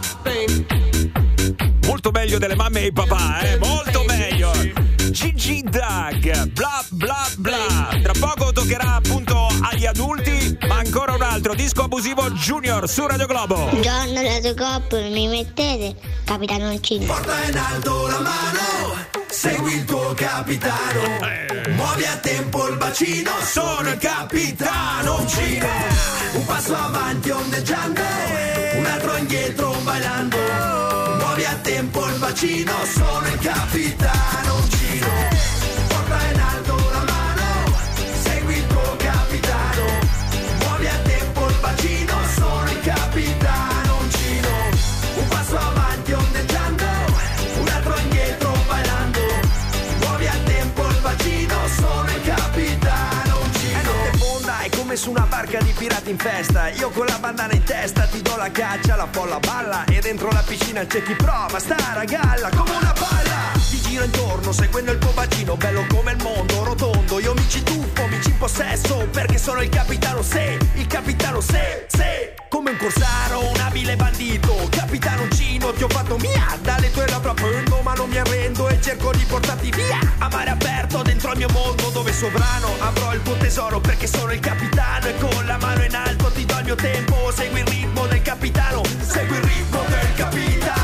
been. Molto meglio delle mamme e i papà, eh? Molto meglio. Gigi Doug, bla bla bla. Tra poco toccherà appunto agli adulti, ma ancora un altro disco abusivo Junior su Radio Globo. Buongiorno Radio Globo, mi mettete Capitanoncino. Porta in alto la mano, segui il tuo capitano. Muovi a tempo il bacino, sono il capitanoncino. Un passo avanti ondeggiando, un altro indietro bailando. Muovi a tempo il bacino, sono il capitanoncino. Porta in alto la mano, segui il tuo capitano. Muovi a tempo il bacino, sono il capitanoncino. Un passo avanti ondeggiando, un altro indietro bailando. Muovi a tempo il bacino, sono il capitanoncino. È notte fonda, è come su una barca di pirati in festa. Io con la bandana in testa ti do la caccia, la folla balla e dentro la piscina c'è chi prova, stare a galla come una palla. Ti giro intorno seguendo il tuo bacino, bello come il mondo, rotondo. Io mi ci tuffo, mi ci impossesso, perché sono il capitano, se, il capitano, se, se. Come un corsaro, un abile bandito, capitanoncino, ti ho fatto mia. Dalle tue labbra prendo, ma non mi arrendo e cerco di portarti via. A mare aperto dentro il mio mondo, dove sovrano avrò il tuo tesoro, perché sono il capitano. E con la mano in alto ti do il mio tempo, segui il ritmo del capitano, segui il ritmo del capitano.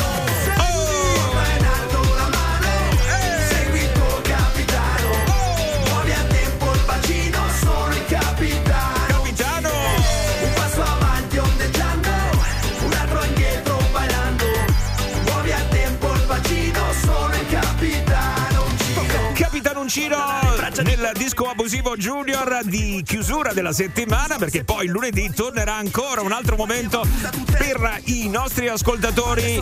Nel disco abusivo Junior di chiusura della settimana, perché poi lunedì tornerà ancora un altro momento per i nostri ascoltatori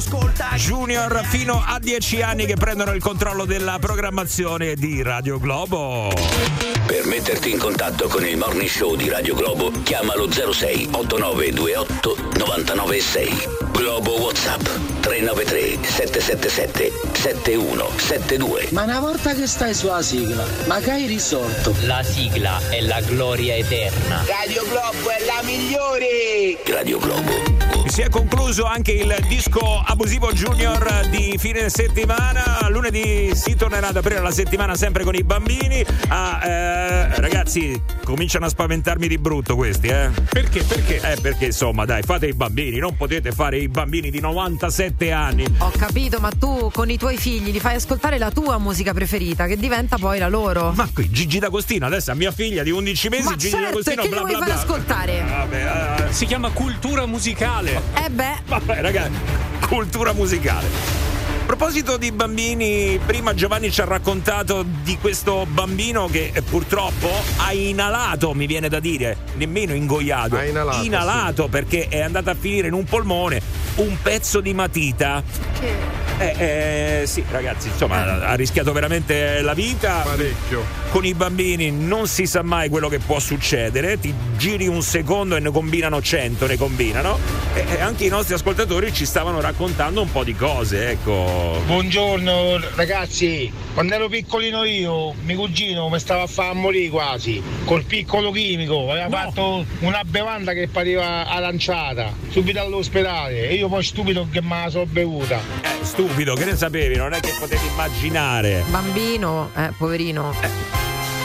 Junior fino a dieci anni che prendono il controllo della programmazione di Radio Globo. Per metterti in contatto con il Morning Show di Radio Globo, chiama lo zero sei otto nove due otto nove nove sei. Globo WhatsApp tre nove tre sette sette sette sette uno sette due. Ma una volta che stai sulla sigla, ma che hai risolto? La sigla è la gloria eterna. Radio Globo è la migliore! Radio Globo. Si è concluso anche il disco abusivo Junior di fine settimana. Lunedì si tornerà ad aprire la settimana sempre con i bambini. Ah, eh, ragazzi, cominciano a spaventarmi di brutto questi, eh? Perché? Perché? Eh, perché insomma, dai, fate i bambini, non potete fare i bambini di novantasette anni. Ho capito, ma tu con i tuoi figli li fai ascoltare la tua musica preferita, che diventa poi la loro. Ma qui Gigi D'Agostino, adesso a mia figlia di undici mesi, ma Gigi certo, D'Agostino, che bla gli bla vuoi bla. far ascoltare? Vabbè, eh. Si chiama cultura musicale. Eh beh. Vabbè, ragazzi, cultura musicale. A proposito di bambini, prima Giovanni ci ha raccontato di questo bambino che eh, purtroppo ha inalato, mi viene da dire, nemmeno ingoiato, ha inalato, inalato sì. Perché è andato a finire in un polmone un pezzo di matita. Che? Eh, eh, sì, ragazzi, insomma, ha rischiato veramente la vita. Parecchio. Con i bambini non si sa mai quello che può succedere. Ti giri un secondo e ne combinano cento, ne combinano. E, e anche i nostri ascoltatori ci stavano raccontando un po' di cose, ecco. Buongiorno ragazzi, quando ero piccolino io, mio cugino mi stava a far morire quasi, col piccolo chimico, aveva no. fatto una bevanda che pareva aranciata, subito all'ospedale, e io poi stupido che me la so bevuta. Eh, stupido, che ne sapevi? Non è che potevi immaginare. Bambino, eh, poverino. Eh.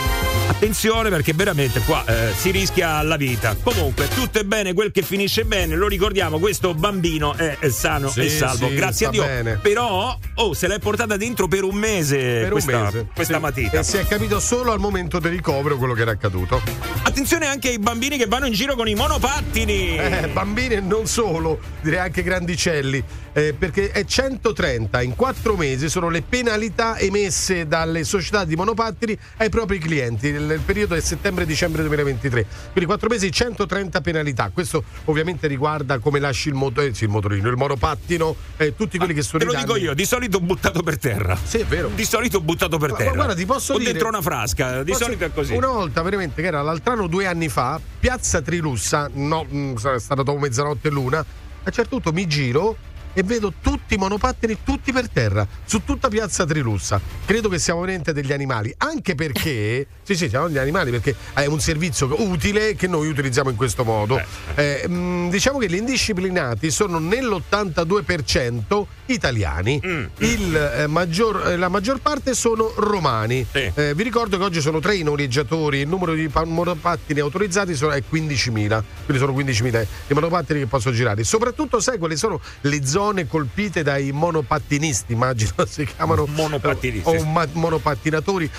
Attenzione, perché veramente qua eh, si rischia la vita. Comunque, tutto è bene quel che finisce bene. Lo ricordiamo, questo bambino è, è sano sì, e salvo, sì, grazie a Dio. Bene. Però, oh, se l'è portata dentro per un mese per questa, un mese. questa sì. matita. E si è capito solo al momento del ricovero quello che era accaduto. Attenzione anche ai bambini che vanno in giro con i monopattini. Eh, bambini e non solo, direi anche grandicelli. Eh, perché è centotrenta in quattro mesi sono le penalità emesse dalle società di monopattini ai propri clienti. Il, il periodo è settembre-dicembre duemilaventitré, quindi quattro mesi, centotrenta penalità. Questo ovviamente riguarda come lasci il, moto, eh, sì, il motorino, il monopattino, eh, tutti quelli ah, che sono te i lo danni. dico io, di solito buttato per terra. Sì, è vero. Di solito buttato per ma, terra. Ma guarda, ti posso o dire, dentro una frasca, di posso, solito è così. Una volta veramente, che era l'Altrano due anni fa, piazza Trilussa, no, mh, sarà stata dopo mezzanotte l'una, a un certo punto mi giro e vedo tutti i monopattini, tutti per terra, su tutta piazza Trilussa. Credo che siamo veramente degli animali, anche perché sì sì siamo degli animali, perché è un servizio utile che noi utilizziamo in questo modo. eh, mh, diciamo che gli indisciplinati sono nell'ottantadue per cento italiani, mm, il, eh, maggior, eh, la maggior parte sono romani. Sì. eh, vi ricordo che oggi sono tre i noleggiatori, il numero di pa- monopattini autorizzati sono, è quindicimila, quindi sono quindicimila i monopattini che possono girare. Soprattutto sai quali sono le zone colpite dai monopattinisti, immagino si chiamano monopattinisti o ma- monopattinatori.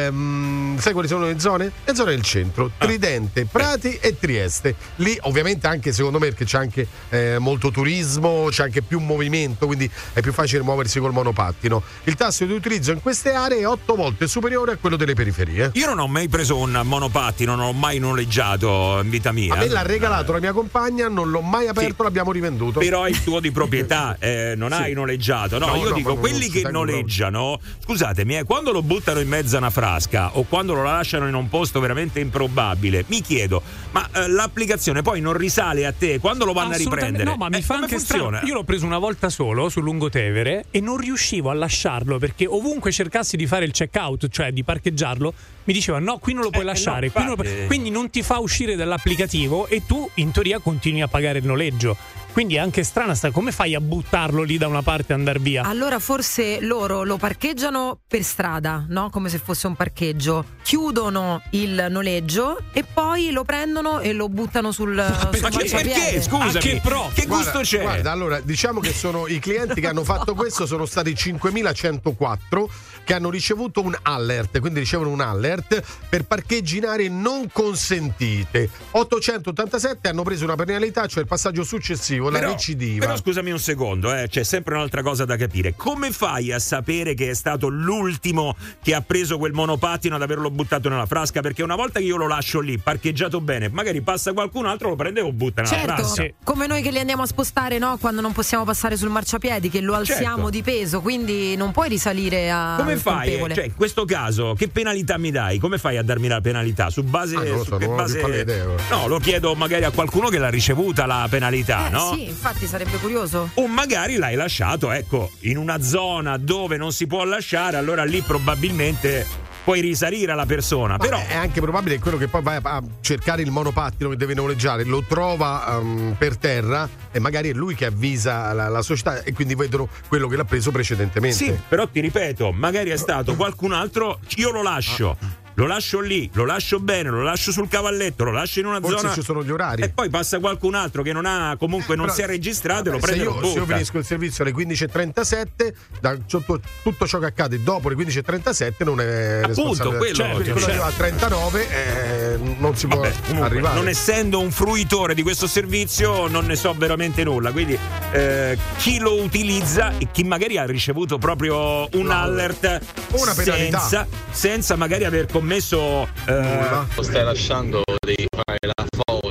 Ehm, sai quali sono le zone? Le zone del centro, ah. Tridente, Prati e Trieste. Lì ovviamente anche secondo me, perché c'è anche eh, molto turismo, c'è anche più movimento, quindi è più facile muoversi col monopattino. Il tasso di utilizzo in queste aree è otto volte superiore a quello delle periferie. Io non ho mai preso un monopattino, non ho mai noleggiato in vita mia. A me l'ha regalato la mia compagna, non l'ho mai aperto, sì. L'abbiamo rivenduto. Però è il tuo di proprietà. Eh, non sì. Hai noleggiato, no? no io no, dico quelli che noleggiano, scusatemi, eh, quando lo buttano in mezzo a una frasca o quando lo lasciano in un posto veramente improbabile, mi chiedo, ma eh, l'applicazione poi non risale a te quando lo vanno a riprendere? No, ma mi eh, fa anche funziona? strano. Io l'ho preso una volta solo sul Lungotevere e non riuscivo a lasciarlo, perché ovunque cercassi di fare il check out, cioè di parcheggiarlo, mi diceva no, qui non lo puoi eh, lasciare, no, qui non lo puoi... quindi non ti fa uscire dall'applicativo e tu in teoria continui a pagare il noleggio. Quindi è anche strana sta, come fai a buttarlo lì da una parte e andare via? Allora forse loro lo parcheggiano per strada, no? Come se fosse un parcheggio. Chiudono il noleggio e poi lo prendono e lo buttano sul, sul ma che, perché? Scusami, che, pro? che gusto guarda, c'è? Guarda, allora diciamo che sono i clienti che hanno fatto questo sono stati cinquemilacentoquattro che hanno ricevuto un alert, quindi ricevono un alert per parcheggi in aree non consentite. ottocentottantasette hanno preso una penalità, cioè il passaggio successivo, però, la recidiva. Però scusami un secondo, eh, c'è sempre un'altra cosa da capire. Come fai a sapere che è stato l'ultimo che ha preso quel monopattino ad averlo buttato nella frasca? Perché una volta che io lo lascio lì, parcheggiato bene, magari passa qualcun altro, lo prende e lo butta nella certo, frasca. Sì. Come noi che li andiamo a spostare, no? Quando non possiamo passare sul marciapiedi, che lo alziamo certo. di peso, quindi non puoi risalire a. Come fai? Cioè, in questo caso, che penalità mi dai? Come fai a darmi la penalità? Su base. Ah, non lo so, su che non base... ho idea. No, lo chiedo magari a qualcuno che l'ha ricevuta la penalità, eh, no? Sì, infatti sarebbe curioso. O magari l'hai lasciato, ecco, in una zona dove non si può lasciare, allora lì probabilmente puoi risalire alla persona. Ma però è anche probabile che quello che poi va a cercare il monopattino che deve noleggiare lo trova um, per terra e magari è lui che avvisa la, la società e quindi vedono quello che l'ha preso precedentemente. Sì, però ti ripeto, magari è stato qualcun altro, io lo lascio. Ah. Lo lascio lì, lo lascio bene, lo lascio sul cavalletto, lo lascio in una forse zona. Ci sono gli orari. E poi passa qualcun altro che non ha, comunque non Però, si è registrato vabbè, e lo prende se e io, lo butta. se io finisco il servizio alle quindici e trentasette, da tutto, tutto ciò che accade dopo le quindici e trentasette non è appunto quello, cioè, quello cioè. arriva a trentanove eh, non si può vabbè, comunque, arrivare. Non essendo un fruitore di questo servizio non ne so veramente nulla, quindi eh, chi lo utilizza e chi magari ha ricevuto proprio un no, alert una penalità senza, senza magari aver commesso Uh, lo stai lasciando, devi fare la foto.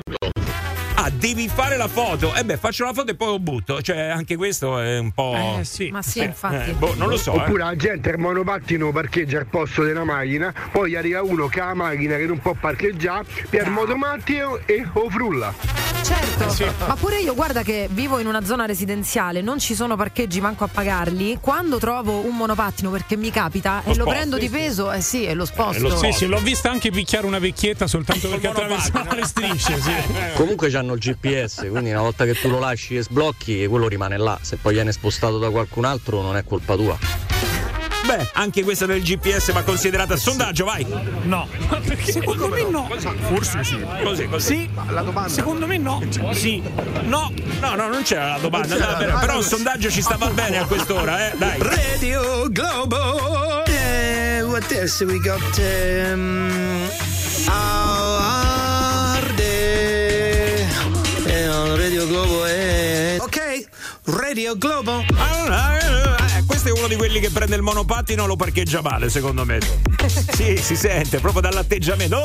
Ah, devi fare la foto? Eh beh, faccio la foto e poi lo butto. Cioè, anche questo è un po'. Eh sì, ma sì, eh, infatti. Eh, boh, non lo so. Oppure eh. la gente il monopattino parcheggia al posto della macchina, poi arriva uno che ha la macchina che non può parcheggiare per il monopattino e lo frulla. Certo, sì. Ma pure io, guarda che vivo in una zona residenziale, non ci sono parcheggi manco a pagarli. Quando trovo un monopattino, perché mi capita, lo e sposto, lo prendo di peso, eh sì, e lo sposto. Eh, lo sì, sì, l'ho vista anche picchiare una vecchietta soltanto perché attraversava le strisce. Sì. Comunque c'hanno il G P S, quindi una volta che tu lo lasci e sblocchi, quello rimane là. Se poi viene spostato da qualcun altro non è colpa tua. Vabbè, anche questa del G P S va considerata sondaggio, vai. No, perché secondo me no. Forse sì. Così, così. Sì. La domanda. Secondo me no. Sì. No. No, no, non c'era la domanda. Dai, però, però un sondaggio ci stava bene a quest'ora, eh. Dai. Radio Globo. Yeah, what else we got? Um, Arde. Eh, Radio Globo è. Ok, Radio Globo. Allora, eh, questo è uno di quelli che prende il monopattino e lo parcheggia male, secondo me. Sì, si sente proprio dall'atteggiamento.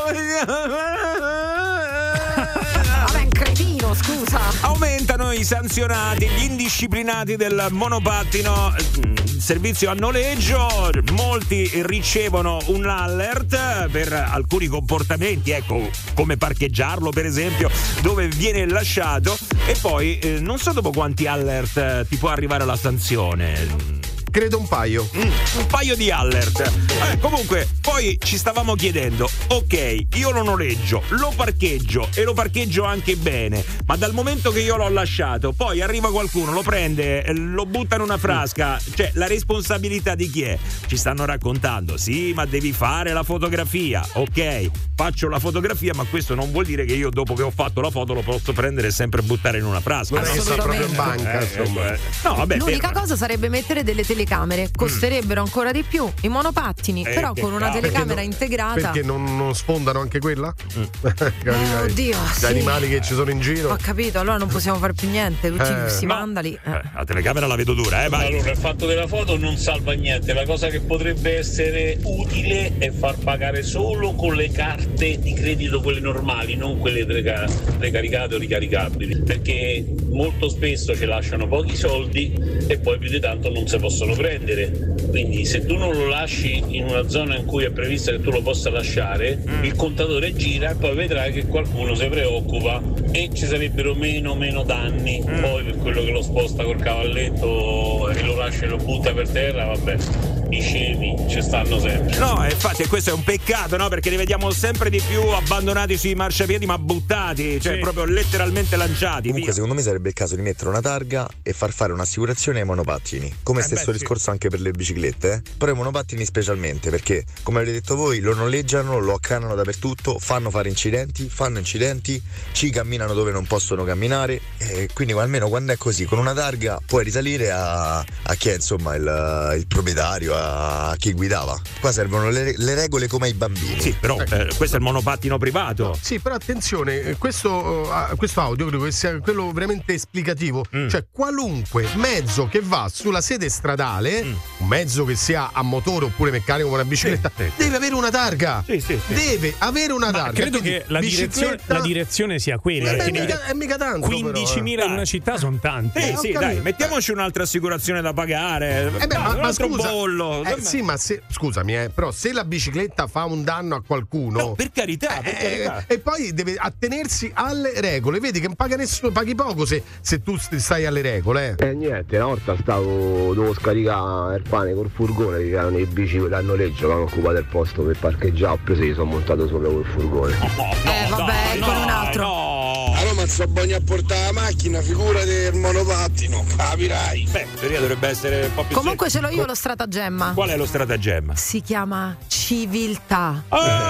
Vabbè, un cretino, scusa. Aumentano i sanzionati, gli indisciplinati del monopattino. Servizio a noleggio, molti ricevono un alert per alcuni comportamenti, ecco, come parcheggiarlo per esempio, dove viene lasciato, e poi eh, non so dopo quanti alert eh, ti può arrivare la sanzione. Credo un paio. Mm, un paio di alert. Eh, comunque, poi ci stavamo chiedendo, ok, io lo noleggio, lo parcheggio e lo parcheggio anche bene, ma dal momento che io l'ho lasciato, poi arriva qualcuno, lo prende, lo butta in una frasca, cioè la responsabilità di chi è? Ci stanno raccontando, sì, ma devi fare la fotografia. Ok, faccio la fotografia, ma questo non vuol dire che io dopo che ho fatto la foto lo posso prendere e sempre buttare in una frasca. Non è che sta proprio in banca, eh, insomma. eh. No, vabbè, L'unica per... cosa sarebbe mettere delle telecamere, costerebbero mm. ancora di più i monopattini, eh, però con una cavolo. telecamera non, integrata. Perché non, non sfondano anche quella? Mm. Oh, oddio, gli sì. animali che ci sono in giro. Ho capito, allora non possiamo fare più niente, tutti Eh. questi No. mandali. Eh. Eh, la telecamera la vedo dura, eh, vai. Allora, il fatto della foto non salva niente, la cosa che potrebbe essere utile è far pagare solo con le carte di credito, quelle normali, non quelle reca- recaricate o ricaricabili, perché molto spesso ci lasciano pochi soldi e poi più di tanto non si possono prendere. Quindi se tu non lo lasci in una zona in cui è previsto che tu lo possa lasciare, mm. il contatore gira e poi vedrai che qualcuno si preoccupa e ci sarebbero meno meno danni. Mm. Poi per quello che lo sposta col cavalletto e lo lascia e lo butta per terra, vabbè, i scemi ci stanno sempre. No, infatti questo è un peccato, no? Perché li vediamo sempre di più abbandonati sui marciapiedi, ma buttati, cioè Sì. proprio letteralmente lanciati. Comunque via. secondo me sarebbe il caso di mettere una targa e far fare un'assicurazione ai monopattini, come Eh stesso beh, discorso anche per le biciclette, eh? Però i monopattini specialmente, perché come avete detto voi lo noleggiano, lo accannano dappertutto, fanno fare incidenti, fanno incidenti, ci camminano dove non possono camminare, e quindi almeno quando è così con una targa puoi risalire a, a chi è insomma il, il proprietario, a chi guidava. Qua servono le, le regole come ai bambini. Sì, però eh, questo è il monopattino privato. Sì, però attenzione, eh, questo, eh, questo audio credo che sia quello veramente esplicativo. Mm. Cioè, qualunque mezzo che va sulla sede stradale, Mm. un mezzo che sia a motore oppure meccanico come una bicicletta, Sì, sì, sì. deve avere una targa. Sì, sì, sì. Deve avere una Ma targa. credo Quindi che la direzione, bicicletta- la direzione sia quella. Eh, beh, perché è, mica, è mica tanto. quindicimila in una città sono tanti. Eh, Eh, ho sì, capito. dai, mettiamoci un'altra assicurazione da pagare. Eh beh, Dai, ma, un ma altro scusa, bollo. eh, sì, ma se, scusami, eh, però se la bicicletta fa un danno a qualcuno, No, per carità, per eh, carità. e poi deve attenersi alle regole. Vedi che non paga nessuno, paghi poco se, se tu stai alle regole. Eh. E niente, una volta stavo, dovevo scaricare il pane col furgone, che erano i bici a noleggio che hanno occupato il posto per parcheggiare, ho preso e sono montato sopra col furgone. Eh, vabbè, no, con un altro. no. A Roma sto bagno a portare la macchina, figura del monopattino, capirai. Beh, in teoria dovrebbe essere un po' più Comunque ce l'ho io Co- lo stratagemma. Qual è lo stratagemma? Si chiama civiltà.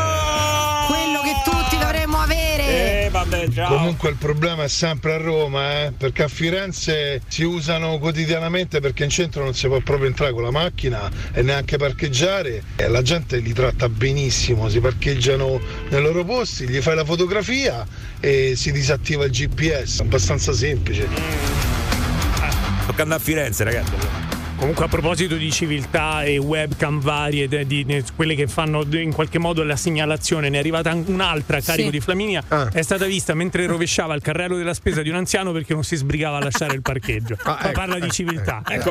Ah! Quello che tutti dovremmo avere. Eh, vabbè, ciao. Comunque il problema è sempre a Roma, eh, perché a Firenze si usano quotidianamente, perché in centro non si può proprio entrare con la macchina e neanche parcheggiare, e la gente li tratta benissimo, si parcheggiano nei loro posti, gli fai la fotografia e si disattiva il G P S, abbastanza semplice. Tocca andare a Firenze, ragazzi. Comunque, a proposito di civiltà e webcam varie, de- di, di- quelle che fanno in qualche modo la segnalazione, ne è arrivata an- un'altra a carico Sì. di Flaminia. Ah. È stata vista mentre rovesciava il carrello della spesa di un anziano perché non si sbrigava a lasciare il parcheggio. Ah, Ma ecco. parla di civiltà. Ecco.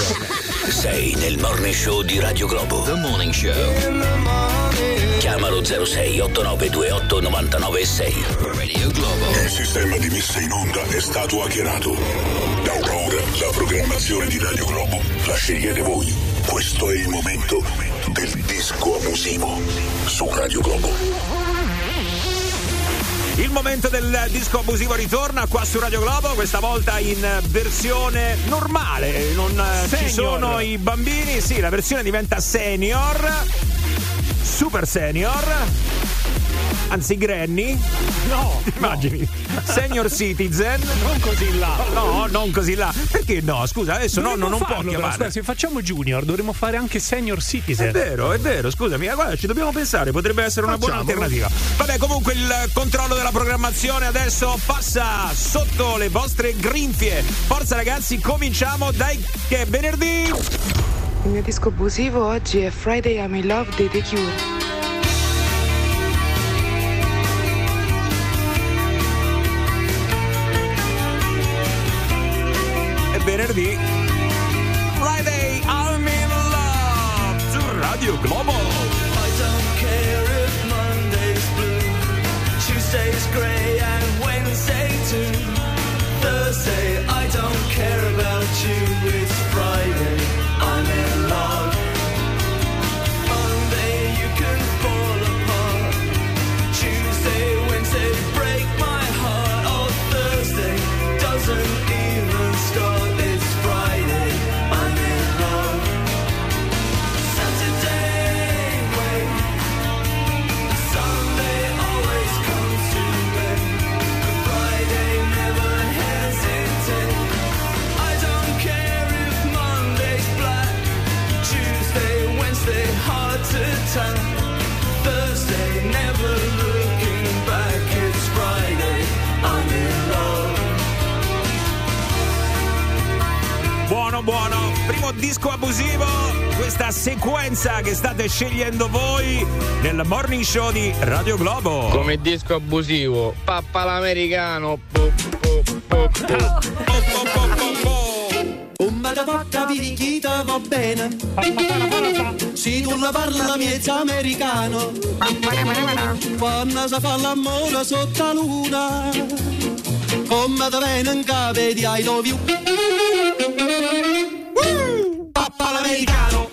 Sei nel Morning Show di Radio Globo. The Morning Show. Chiamalo zero sei otto nove due otto nove nove sei. Radio Globo. Il sistema di messa in onda è stato hackerato. Da ora la programmazione di Radio Globo la scegliete voi. Questo è il momento del disco abusivo su Radio Globo. Il momento del disco abusivo ritorna qua su Radio Globo, questa volta in versione normale, non Senior. Ci sono i bambini, sì, la versione diventa senior, super senior, anzi granny, no, immagini, no. Senior citizen, non così là, no, non così là, perché no, scusa, adesso no, non, non può farlo, chiamare. Però, scusa, se facciamo junior dovremmo fare anche senior citizen. È vero, è vero, scusami, guarda, ci dobbiamo pensare, potrebbe essere una buona Facciamolo. alternativa. Vabbè, comunque il controllo della programmazione adesso passa sotto le vostre grinfie. Forza ragazzi, cominciamo, dai che è venerdì. Il mio disco abusivo oggi è Friday I'm in Love dei The Cure. Venerdì Friday I'm in Love su Radio Globo. I don't care if Monday's blue, Tuesday's grey and Wednesday too. Thursday I don't care about you, it's Friday I'm in love. Monday you can fall apart, Tuesday, Wednesday break my heart. Oh, Thursday doesn't even start. Thursday, never looking back, it's Friday, I'm in love. Buono, buono, primo disco abusivo, questa sequenza che state scegliendo voi nel morning show di Radio Globo. Come disco abusivo, pappa l'americano. Po, po, po, po. Come da porta pirichita va bene, se tu la parla miezza americano, quando si fa l'amore sotto la luna, come da viene in capo di I love you. Papà l'americano.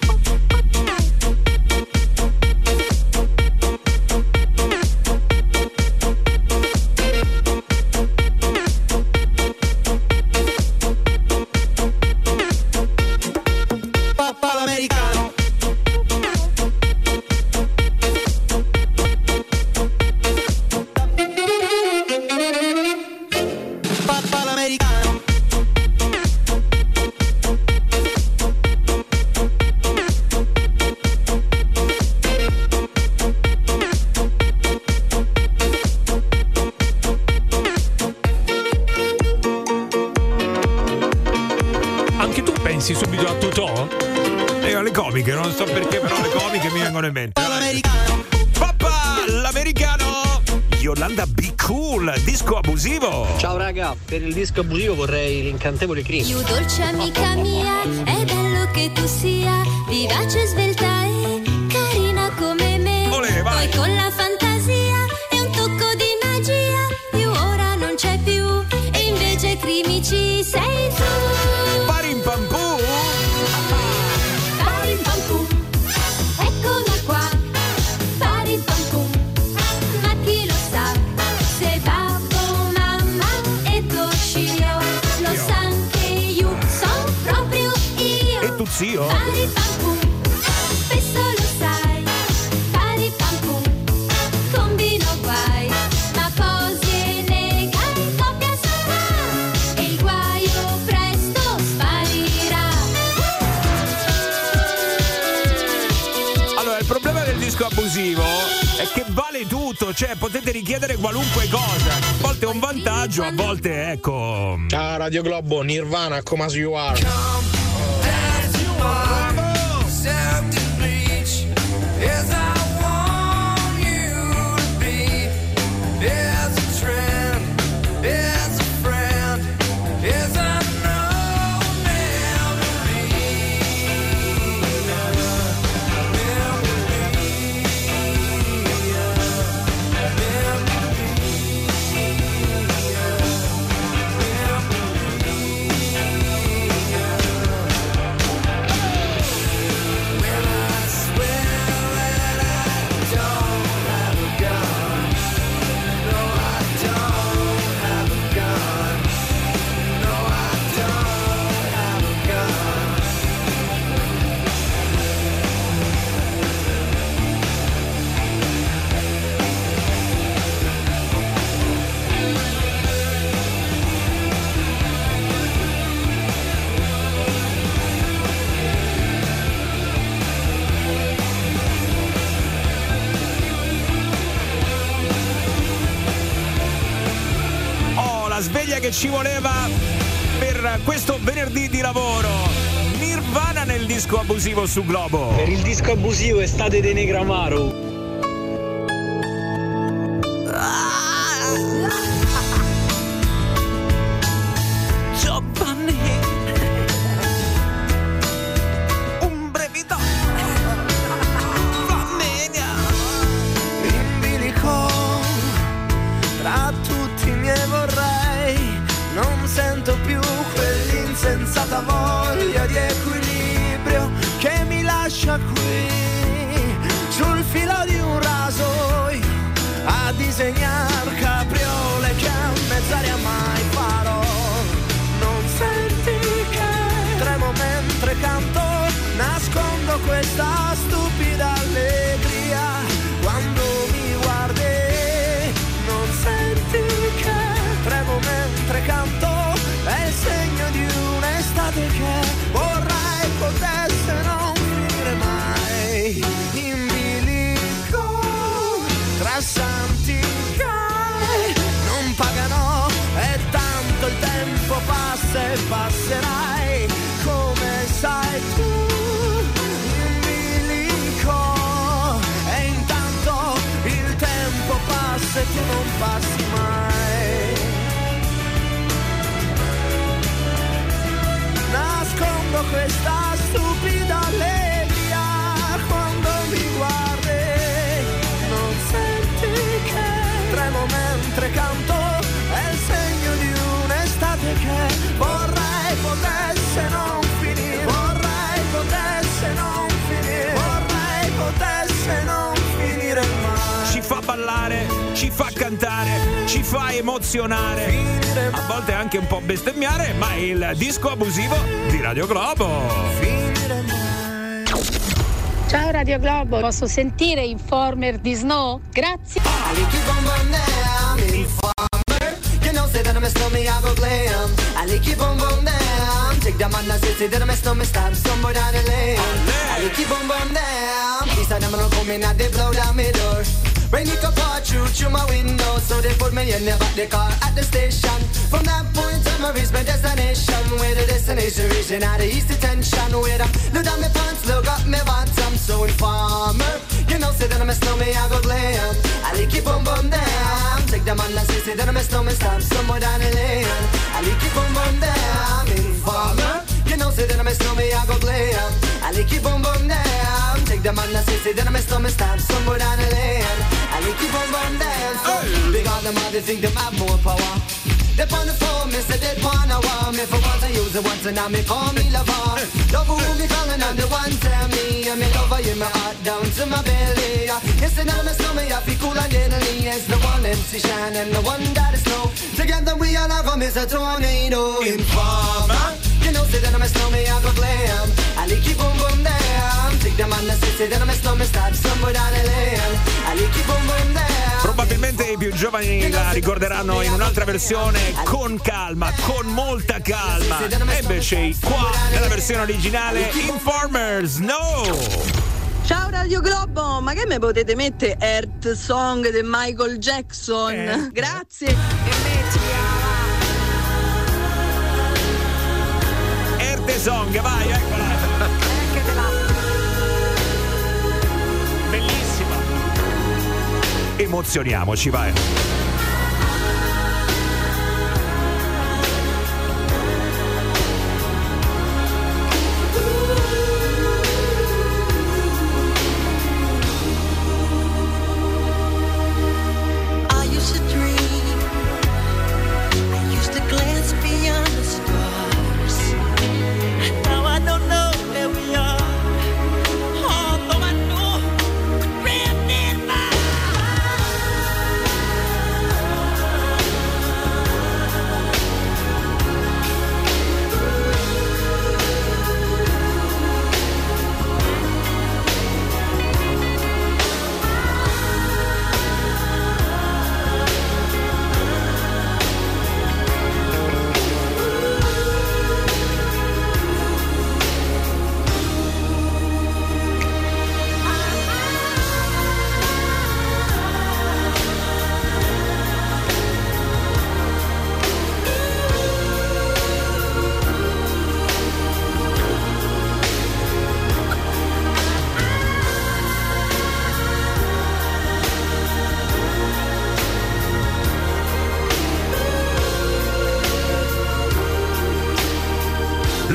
Subito a Totò? E alle comiche, non so perché, però le comiche mi vengono in mente. Papà, l'americano! Yolanda Be Cool, disco abusivo. Ciao raga, per il disco abusivo vorrei l'incantevole Cream. Più dolce amica mia, è bello che tu sia vivace, svelta e carina come me. Olè, vai. Poi con la fantasia e un tocco di magia, più ora non c'è più e invece crimici sei tu. Parimpampù. Parimpampù, eccola qua. Parimpampù, ma chi lo sa se babbo, mamma e Toshio lo san che io son proprio io. E tu zio? Parimpampù, spesso lo sai. Parimpampù, combino guai, ma posi e negai, coppia sarà e il guaio presto sparirà. Allora, il problema del disco abusivo è che vale tutto, cioè potete richiedere qualunque cosa. A volte è un vantaggio, a volte ecco. Ciao Radio Globo, Nirvana, come as you are. che ci voleva per questo venerdì di lavoro. Nirvana nel disco abusivo su Globo. Per il disco abusivo Estate dei Negramaro. Giovanni, un brevità, Flaminia, in bilico, tra tutti i miei vorrei, non sento più quell'insensata voglia di equilibrio che mi lascia qui, sul filo di un rasoio, a disegnar capriole che a mezz'aria mai farò. Non senti che tremo mentre canto, nascondo questa stupida allegria quando mi guardi. Non senti che tremo mentre canto, è il segno di un'estate che vorrei potesse non finire mai. In bilico, tra santi che non pagano, e tanto il tempo passa e passerai, come sai tu. In bilico, e intanto il tempo passa e tu non passi mai. Nascondo questa stupida allegria quando mi guardi. Non senti che tremo mentre canto, è il segno di un'estate che vorrei potesse non finire. Vorrei potesse non finire. Vorrei potesse non finire mai. Ci fa ballare, ci fa cantare, ci fa emozionare, a volte anche un po' bestemmiare, ma è il disco abusivo di Radio Globo. Ciao Radio Globo, posso sentire Informer di Snow? Grazie. You know, say that I'm a snowman, I go glam. I like you boom boom down. Take that man, I say, say that I'm a snowman, stop somewhere down the lane. I like you boom boom down. These are them come in and they blow down my door. Rain it could pour through through my window, so they put me in the back the car at the station. From that point on, I reach my destination. Where the destination region out of east detention. Where I look down my pants, look up my bottom. So informer, you know, say that I'm a snowman, I go glam. I like you boom boom down. Take the man, I say, say that I'm a snowman, stop somewhere down the lane. I like you boom boom down. Informer, you know, say that I'm a snowman, I go glam. I like you boom boom down. Take the man, I say, say that I'm a snowman, stop somewhere down the lane. I like you boom boom down. So big on them, they think them have more power. They on the phone, me say they wanna want me. For once I use it once and now me call me lover. Love who me calling and the one tell me. I'm in lover in my heart down to my belly. Yes, and I'm a snowman, I feel cool and deadly. It's the one M C Shine and the one that is snow. Together we all have come is a tornado. Informer, you know say that I'm a snowman, I go glam. I like you boom boom down. Take the man that say, say that I'm a snowman, start somewhere down the lane. I like you boom boom down. Probabilmente i più giovani la ricorderanno in un'altra versione, con calma, con molta calma. E invece qua, nella versione originale, Informers, no! Ciao Radio Globo, ma che me potete mettere Earth Song di Michael Jackson? Eh. Grazie. Earth Song, vai, eccola. Bellissima. Emozioniamoci, vai.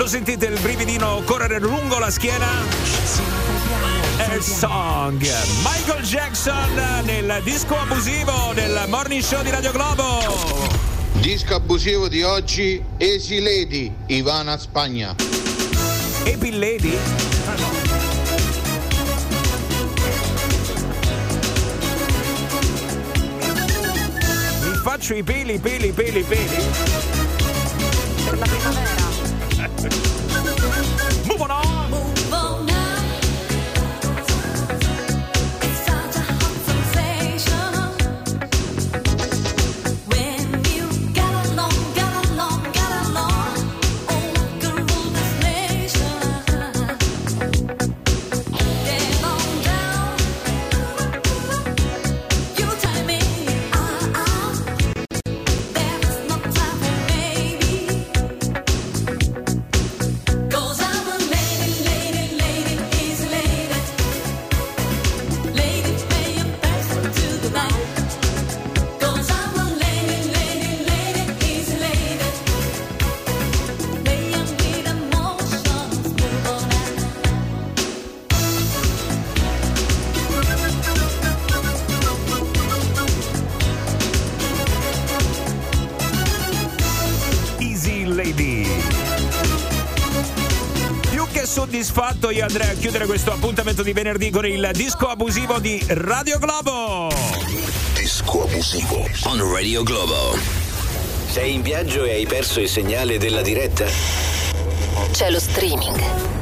Lo sentite il brividino correre lungo la schiena? Air Song, Michael Jackson nel disco abusivo del Morning Show di Radio Globo. Disco abusivo di oggi, Easy Lady, Ivana Spagna. Epi Lady? Mi faccio i peli, peli, peli, peli. Per la primavera. Move on! Soddisfatto io andrei a chiudere questo appuntamento di venerdì con il disco abusivo di Radio Globo. Disco abusivo on Radio Globo. Sei in viaggio e hai perso il segnale della diretta? C'è lo streaming.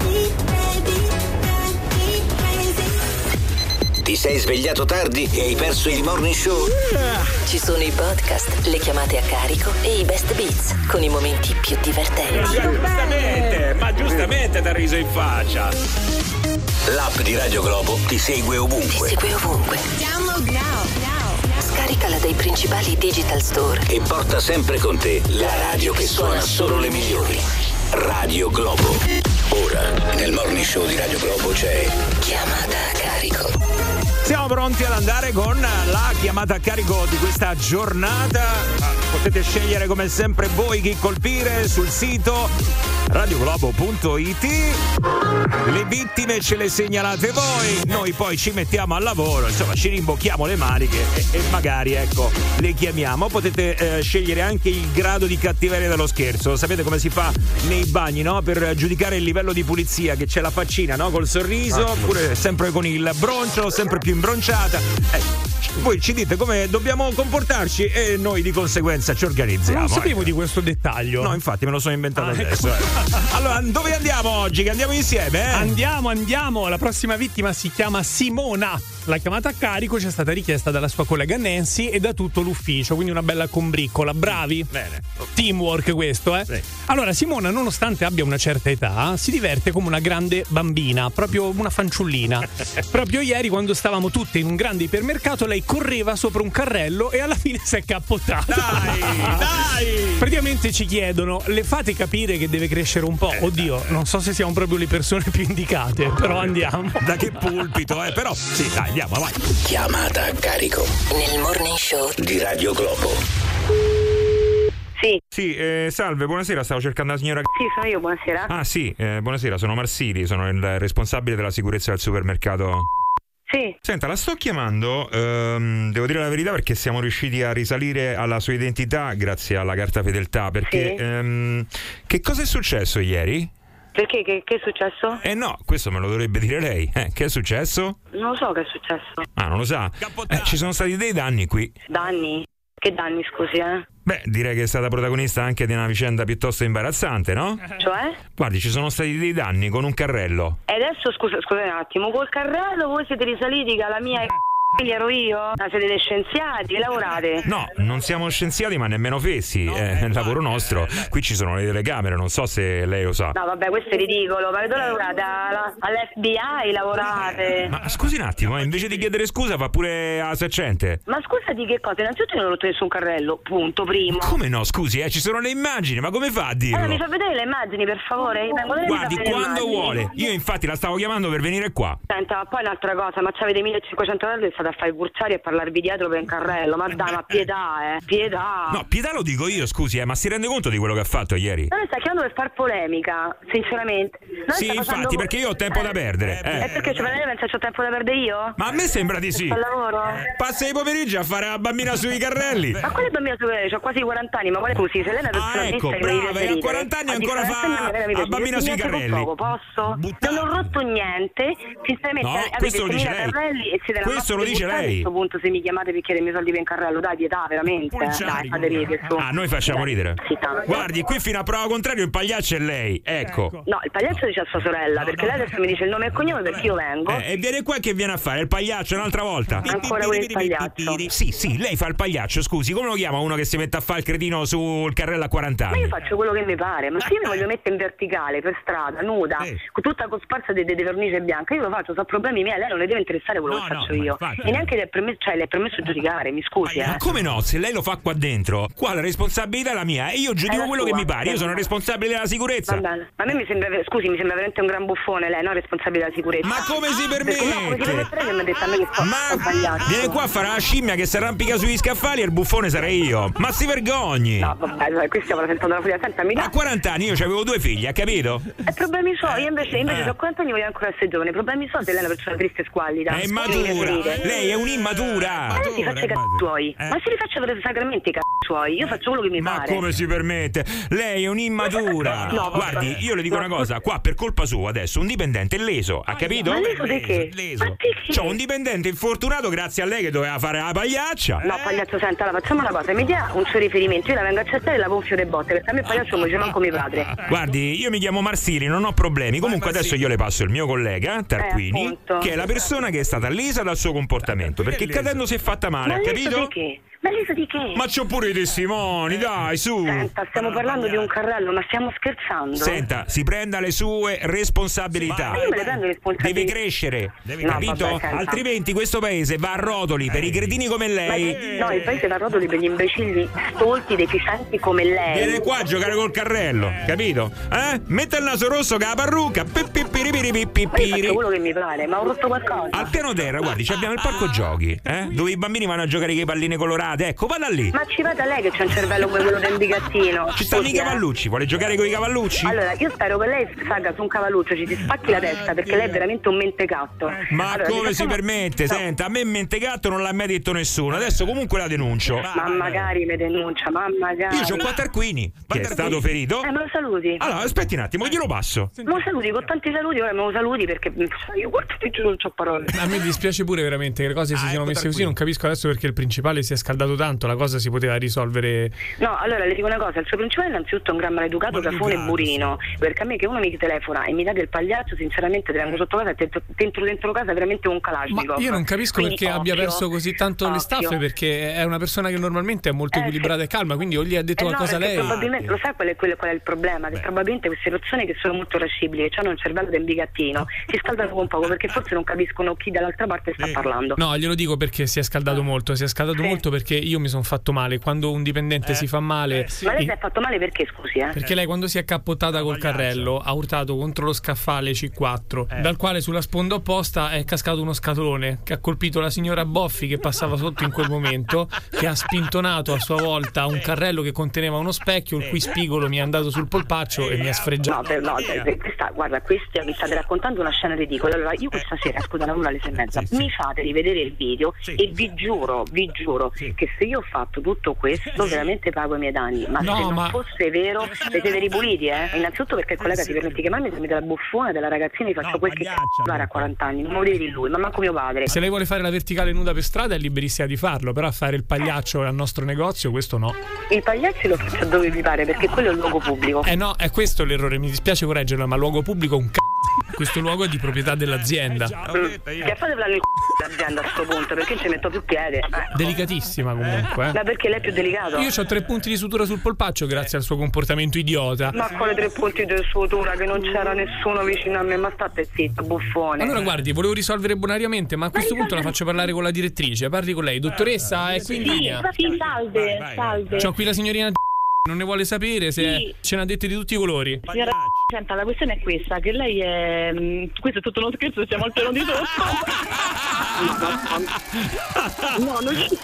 Ti sei svegliato tardi e hai perso il morning show? Ci sono i podcast, le chiamate a carico e i best beats con i momenti più divertenti. Giustamente, ma giustamente ti ha riso in faccia. L'app di Radio Globo ti segue ovunque. Ti segue ovunque. Download now, now. Scaricala dai principali digital store. E porta sempre con te la radio che suona solo le migliori. Radio Globo. Ora, nel morning show di Radio Globo c'è Chiamata a carico. Siamo pronti ad andare con la chiamata a carico di questa giornata. Potete scegliere come sempre voi chi colpire sul sito radioglobo punto it. Le vittime ce le segnalate voi, noi poi ci mettiamo al lavoro, insomma ci rimbocchiamo le maniche e, e magari ecco le chiamiamo. Potete eh, scegliere anche il grado di cattiveria dello scherzo. Sapete come si fa nei bagni, no? Per giudicare il livello di pulizia, che c'è la faccina, no? Col sorriso, oppure sempre con il broncio, sempre più imbronciata. Eh, voi ci dite come dobbiamo comportarci e noi di conseguenza ci organizziamo. Non sapevo ecco. di questo dettaglio. No, infatti me lo sono inventato ah, adesso. Ecco. Eh. Allora, dove andiamo oggi? Che andiamo insieme? Eh? Andiamo, andiamo. La prossima vittima si chiama Simona. La chiamata a carico ci è stata richiesta dalla sua collega Nancy e da tutto l'ufficio, quindi una bella combriccola. Bravi? Bene. Teamwork questo, eh? Sì. Allora, Simona, nonostante abbia una certa età, si diverte come una grande bambina, proprio una fanciullina. Proprio ieri, quando stavamo tutte in un grande ipermercato, lei correva sopra un carrello e alla fine si è cappottata. Dai, dai! Praticamente ci chiedono, le fate capire che deve crescere un po'? Oddio, non so se siamo proprio le persone più indicate, però andiamo. Da che pulpito, eh? Però, sì, dai, andiamo, vai. Chiamata a carico nel morning show di Radio Globo. Sì. Sì, eh, salve, buonasera, stavo cercando la signora. Sì, sono io, buonasera. Ah, sì, eh, buonasera, sono Marsili, sono il responsabile della sicurezza del supermercato. Sì. Senta, la sto chiamando, ehm, devo dire la verità, perché siamo riusciti a risalire alla sua identità grazie alla carta fedeltà, perché sì. ehm, che cosa è successo ieri? Perché? Che, che è successo? Eh no, questo me lo dovrebbe dire lei. Eh, che è successo? Non lo so che è successo. Ah, non lo sa? Eh, ci sono stati dei danni qui. Danni? Che danni, scusi, eh? Beh, direi che è stata protagonista anche di una vicenda piuttosto imbarazzante, no? Cioè? Guardi, ci sono stati dei danni con un carrello. E adesso, scusa, scusa un attimo, col carrello voi siete risaliti che alla mia c***a ero io? Ma siete dei scienziati, lavorate? No, non siamo scienziati, ma nemmeno fessi, no, è il lavoro nostro. Qui ci sono le telecamere, non so se lei lo sa. No, vabbè, questo è ridicolo, ma dove lavorate? Alla, all'F B I lavorate? Ma scusi un attimo, invece di chiedere scusa fa pure la saccente. Ma scusa di che cosa? Innanzitutto io non ho rotto nessun carrello, punto, primo. Come no, scusi, eh, ci sono le immagini, ma come fa a dirlo? Allora mi fa vedere le immagini, per favore? Io vengo da Guardi, vedere quando immagini. vuole. Io infatti la stavo chiamando per venire qua. Senta, poi un'altra cosa, ma c'avete millecinquecento euro e state state a fare i cursari e parlarvi dietro per un carrello. Ma dai, ma pietà, eh, pietà. No, pietà lo dico io, scusi, eh, ma si rende conto di quello che ha fatto ieri? Non stai chiamando per far polemica, sinceramente. Non Sì, sta infatti, facendo- perché io ho tempo da perdere. E Eh. perché cioè, lei pensa che ho tempo da perdere io? Ma a me sembra di sì. Al lavoro? Passa i pomeriggi a fare la bambina sui carrelli. Ma quale bambina su ho quasi quaranta anni, ma quale scusi? Se lei è una persona Ah, ecco, onesta e brava, mi e a ridere, quaranta anni a ancora differenza fa mia, magari mi la piace bambina sui niente con carrelli. poco, posso? Non ho rotto niente, sinceramente No, avete questo lo dice seimila lei. carrelli e siete una Questo mazza lo di dice puttane. lei. A questo punto se mi chiamate per chiedermi soldi per un carrello, dai, pietà, veramente. eh. Dai, fate ridere su. Ah, noi facciamo Dai. ridere. Sì, tanto. Guardi, qui fino a prova contrario il pagliaccio è lei. Ecco. No, il pagliaccio dice a sua sorella, perché lei adesso mi dice il nome e il cognome perché io vengo. Eh, e viene qua che viene a fare il pagliaccio un'altra volta. Ancora con il pagliaccio. Sì, sì, lei fa il pagliaccio, scusi, come lo chiama uno che si mette a fare il cretino sul carrello a quaranta Ma io anni? faccio quello che mi pare, ma se io mi voglio mettere in verticale per strada, nuda, con tutta cosparsa di, di vernice bianca, io lo faccio, so problemi miei, a lei non le deve interessare quello che faccio io. E neanche le è permesso, cioè, le è permesso giudicare, mi scusi, eh. Ma come no? Se lei lo fa qua dentro, qua la responsabilità è la mia e io giudico la quello sua. che mi pare, io sono responsabile della sicurezza. Va bene. Ma a me mi sembra, scusi, mi sembra veramente un gran buffone lei, no? Responsabile della sicurezza. Ma come si Perché no, come si permette? permette lei che mi ha detto a me che sto, sto sbagliato? Viene qua a fare la scimmia che si arrampica sugli scaffali e il buffone sarei io. Ma si vergogni! No, vabbè, vabbè, qui stiamo sentendo la figlia, senta, mi dà. A quaranta anni io avevo due figli, ha capito? E problemi suoi, io invece, invece Eh. ho quaranta anni, voglio ancora essere giovane. Problemi suoi se lei è una persona triste e squallida. È Scusi, immatura! mi ferite. Lei è un'immatura! Ma lei si faccia i cazzi suoi. Eh. Ma si li faccia per sacramenti i cazzi suoi. Io faccio quello che mi Ma pare. come si permette? Lei è un'immatura! No, vabbè. Guardi, io le dico una cosa, qua per colpa sua adesso un dipendente è leso, ha capito? Ma leso di che? Leso. C'ho un dipendente infortunato grazie a lei che doveva fare la pagliaccia. No, pagliaccio, senta, allora facciamo una cosa, mi dia un suo riferimento, io la vengo a accettare e la gonfio le botte, perché a me il pagliaccio mi dice manco mio padre. Guardi, io mi chiamo Marsili, non ho problemi. Comunque adesso io le passo il mio collega, Tarquini, Eh, appunto. che è la persona che è stata lesa dal suo comportamento, perché cadendo si è fatta male, Ma ha leso capito? di che? Ma leso di che? Ma c'ho pure i testimoni, dai, su. Senta, stiamo parlando di un carrello, ma stiamo scherzando? Senta, si prenda le sue responsabilità. Ma io me le prendo le responsabilità. Deve crescere, No, capito? vabbè, senta. Altrimenti questo paese va a rotoli per i cretini come Ma lei. che- no, il paese va a rotoli per gli imbecilli stolti, deficienti come lei. Viene qua a giocare col carrello, capito? Eh? Mette il naso rosso che ha la parrucca. Ma io faccio quello che mi pare, ma ho rotto qualcosa. Al piano terra, guardi, ci abbiamo il parco giochi, eh? Dove i bambini vanno a giocare con le palline colorate. Ecco, vada lì. Ma ci vada lei che c'ha un cervello come quello del bigattino. Ci stanno i Scusi, eh. cavallucci, vuole giocare con i cavallucci? Allora, io spero che lei salga su un cavalluccio, ci si spacchi la testa, perché lei è veramente un mentecatto. Ma Allora, come si facciamo- permette? Senta, a me mentegatto non l'ha mai detto nessuno. Adesso comunque la denuncio. Ma magari mi denuncia, ma magari. Io c'ho qua Tarquini, che è stato ferito. Eh, me lo saluti. Allora, aspetti un attimo, glielo passo. Me lo saluti, con tanti saluti, ora me lo saluti perché io guarda ti giuro non c'ho parole. A me dispiace pure veramente che le cose si siano messe così, non capisco adesso perché il principale si è scaldato tanto, la cosa si poteva risolvere. No, allora le dico una cosa, il suo principale è innanzitutto un gran maleducato, cafone e burino, perché a me che uno mi telefona e mi dà del pagliaccio, sinceramente te vengo sotto casa e te- dentro dentro casa veramente un Kalashnikov. Io non capisco Quindi, perché abbia occhio, perso così tanto le occhio. staffe, perché è una persona che normalmente è molto Eh, equilibrata e calma, quindi o gli ha detto Eh no, qualcosa perché lei. probabilmente lo sai qual è, quello- qual è il problema? Che probabilmente queste persone che sono molto irascibili, che hanno il cervello del bigattino, si scaldano un poco perché forse non capiscono chi dall'altra parte sta parlando. No, glielo dico perché si è scaldato molto, si è scaldato molto perché io mi sono fatto male. Quando un dipendente si fa male, Ma lei in- si è fatto male perché, scusi, eh? perché lei quando si è cappottata col carrello ha urtato contro lo scaffale C quattro, dal quale sulla sponda opposta è cascato uno scatolone che ha colpito la signora Boffi che passava sotto in quel momento, che ha spintonato a sua volta un carrello che conteneva uno specchio, il cui spigolo mi è andato sul polpaccio e mi ha No, sfregiato. per, no, per- per- questa, guarda, questa, mi state raccontando una scena ridicola. Allora, io questa sera, scusa, lavoro alle sei e mezza, mi fate rivedere il video e vi giuro, vi giuro che se io ho fatto tutto questo, veramente pago i miei danni. Ma No, se non ma- fosse vero, vi siete ripuliti, eh? Innanzitutto perché il collega ti permette di chiamarmi, se mi dà la buffona della ragazzina, mi faccio quel che c***o pare a quaranta anni, non me lo devi di lui, ma manco mio padre. Se lei vuole fare la verticale nuda per strada è liberissima di farlo, però a fare il pagliaccio al nostro negozio questo no. Il pagliaccio lo faccio dove vi pare, perché quello è il luogo pubblico. Eh no, è questo l'errore, mi dispiace correggerlo, ma luogo pubblico è un c***o. Questo luogo è di proprietà dell'azienda. Mm. Che fate parlare il c***o d'azienda a questo punto, perché non ci metto più piede. Eh. Delicatissima comunque. Ma Eh. perché lei è più delicato? Io ho tre punti di sutura sul polpaccio grazie al suo comportamento idiota. Ma con le tre punti di sutura che non c'era nessuno vicino a me, ma state zitto, buffone. Allora guardi, volevo risolvere bonariamente, ma a questo punto la faccio parlare con la direttrice. Parli con lei. Dottoressa, è qui in linea. Sì, salve, salve. C'ho qui la signorina non ne vuole sapere se Sì. ce n'ha dette di tutti i colori. Signora Senta, la questione è questa, che lei è... Questo è tutto uno scherzo, siamo al piano di sotto. No, non ci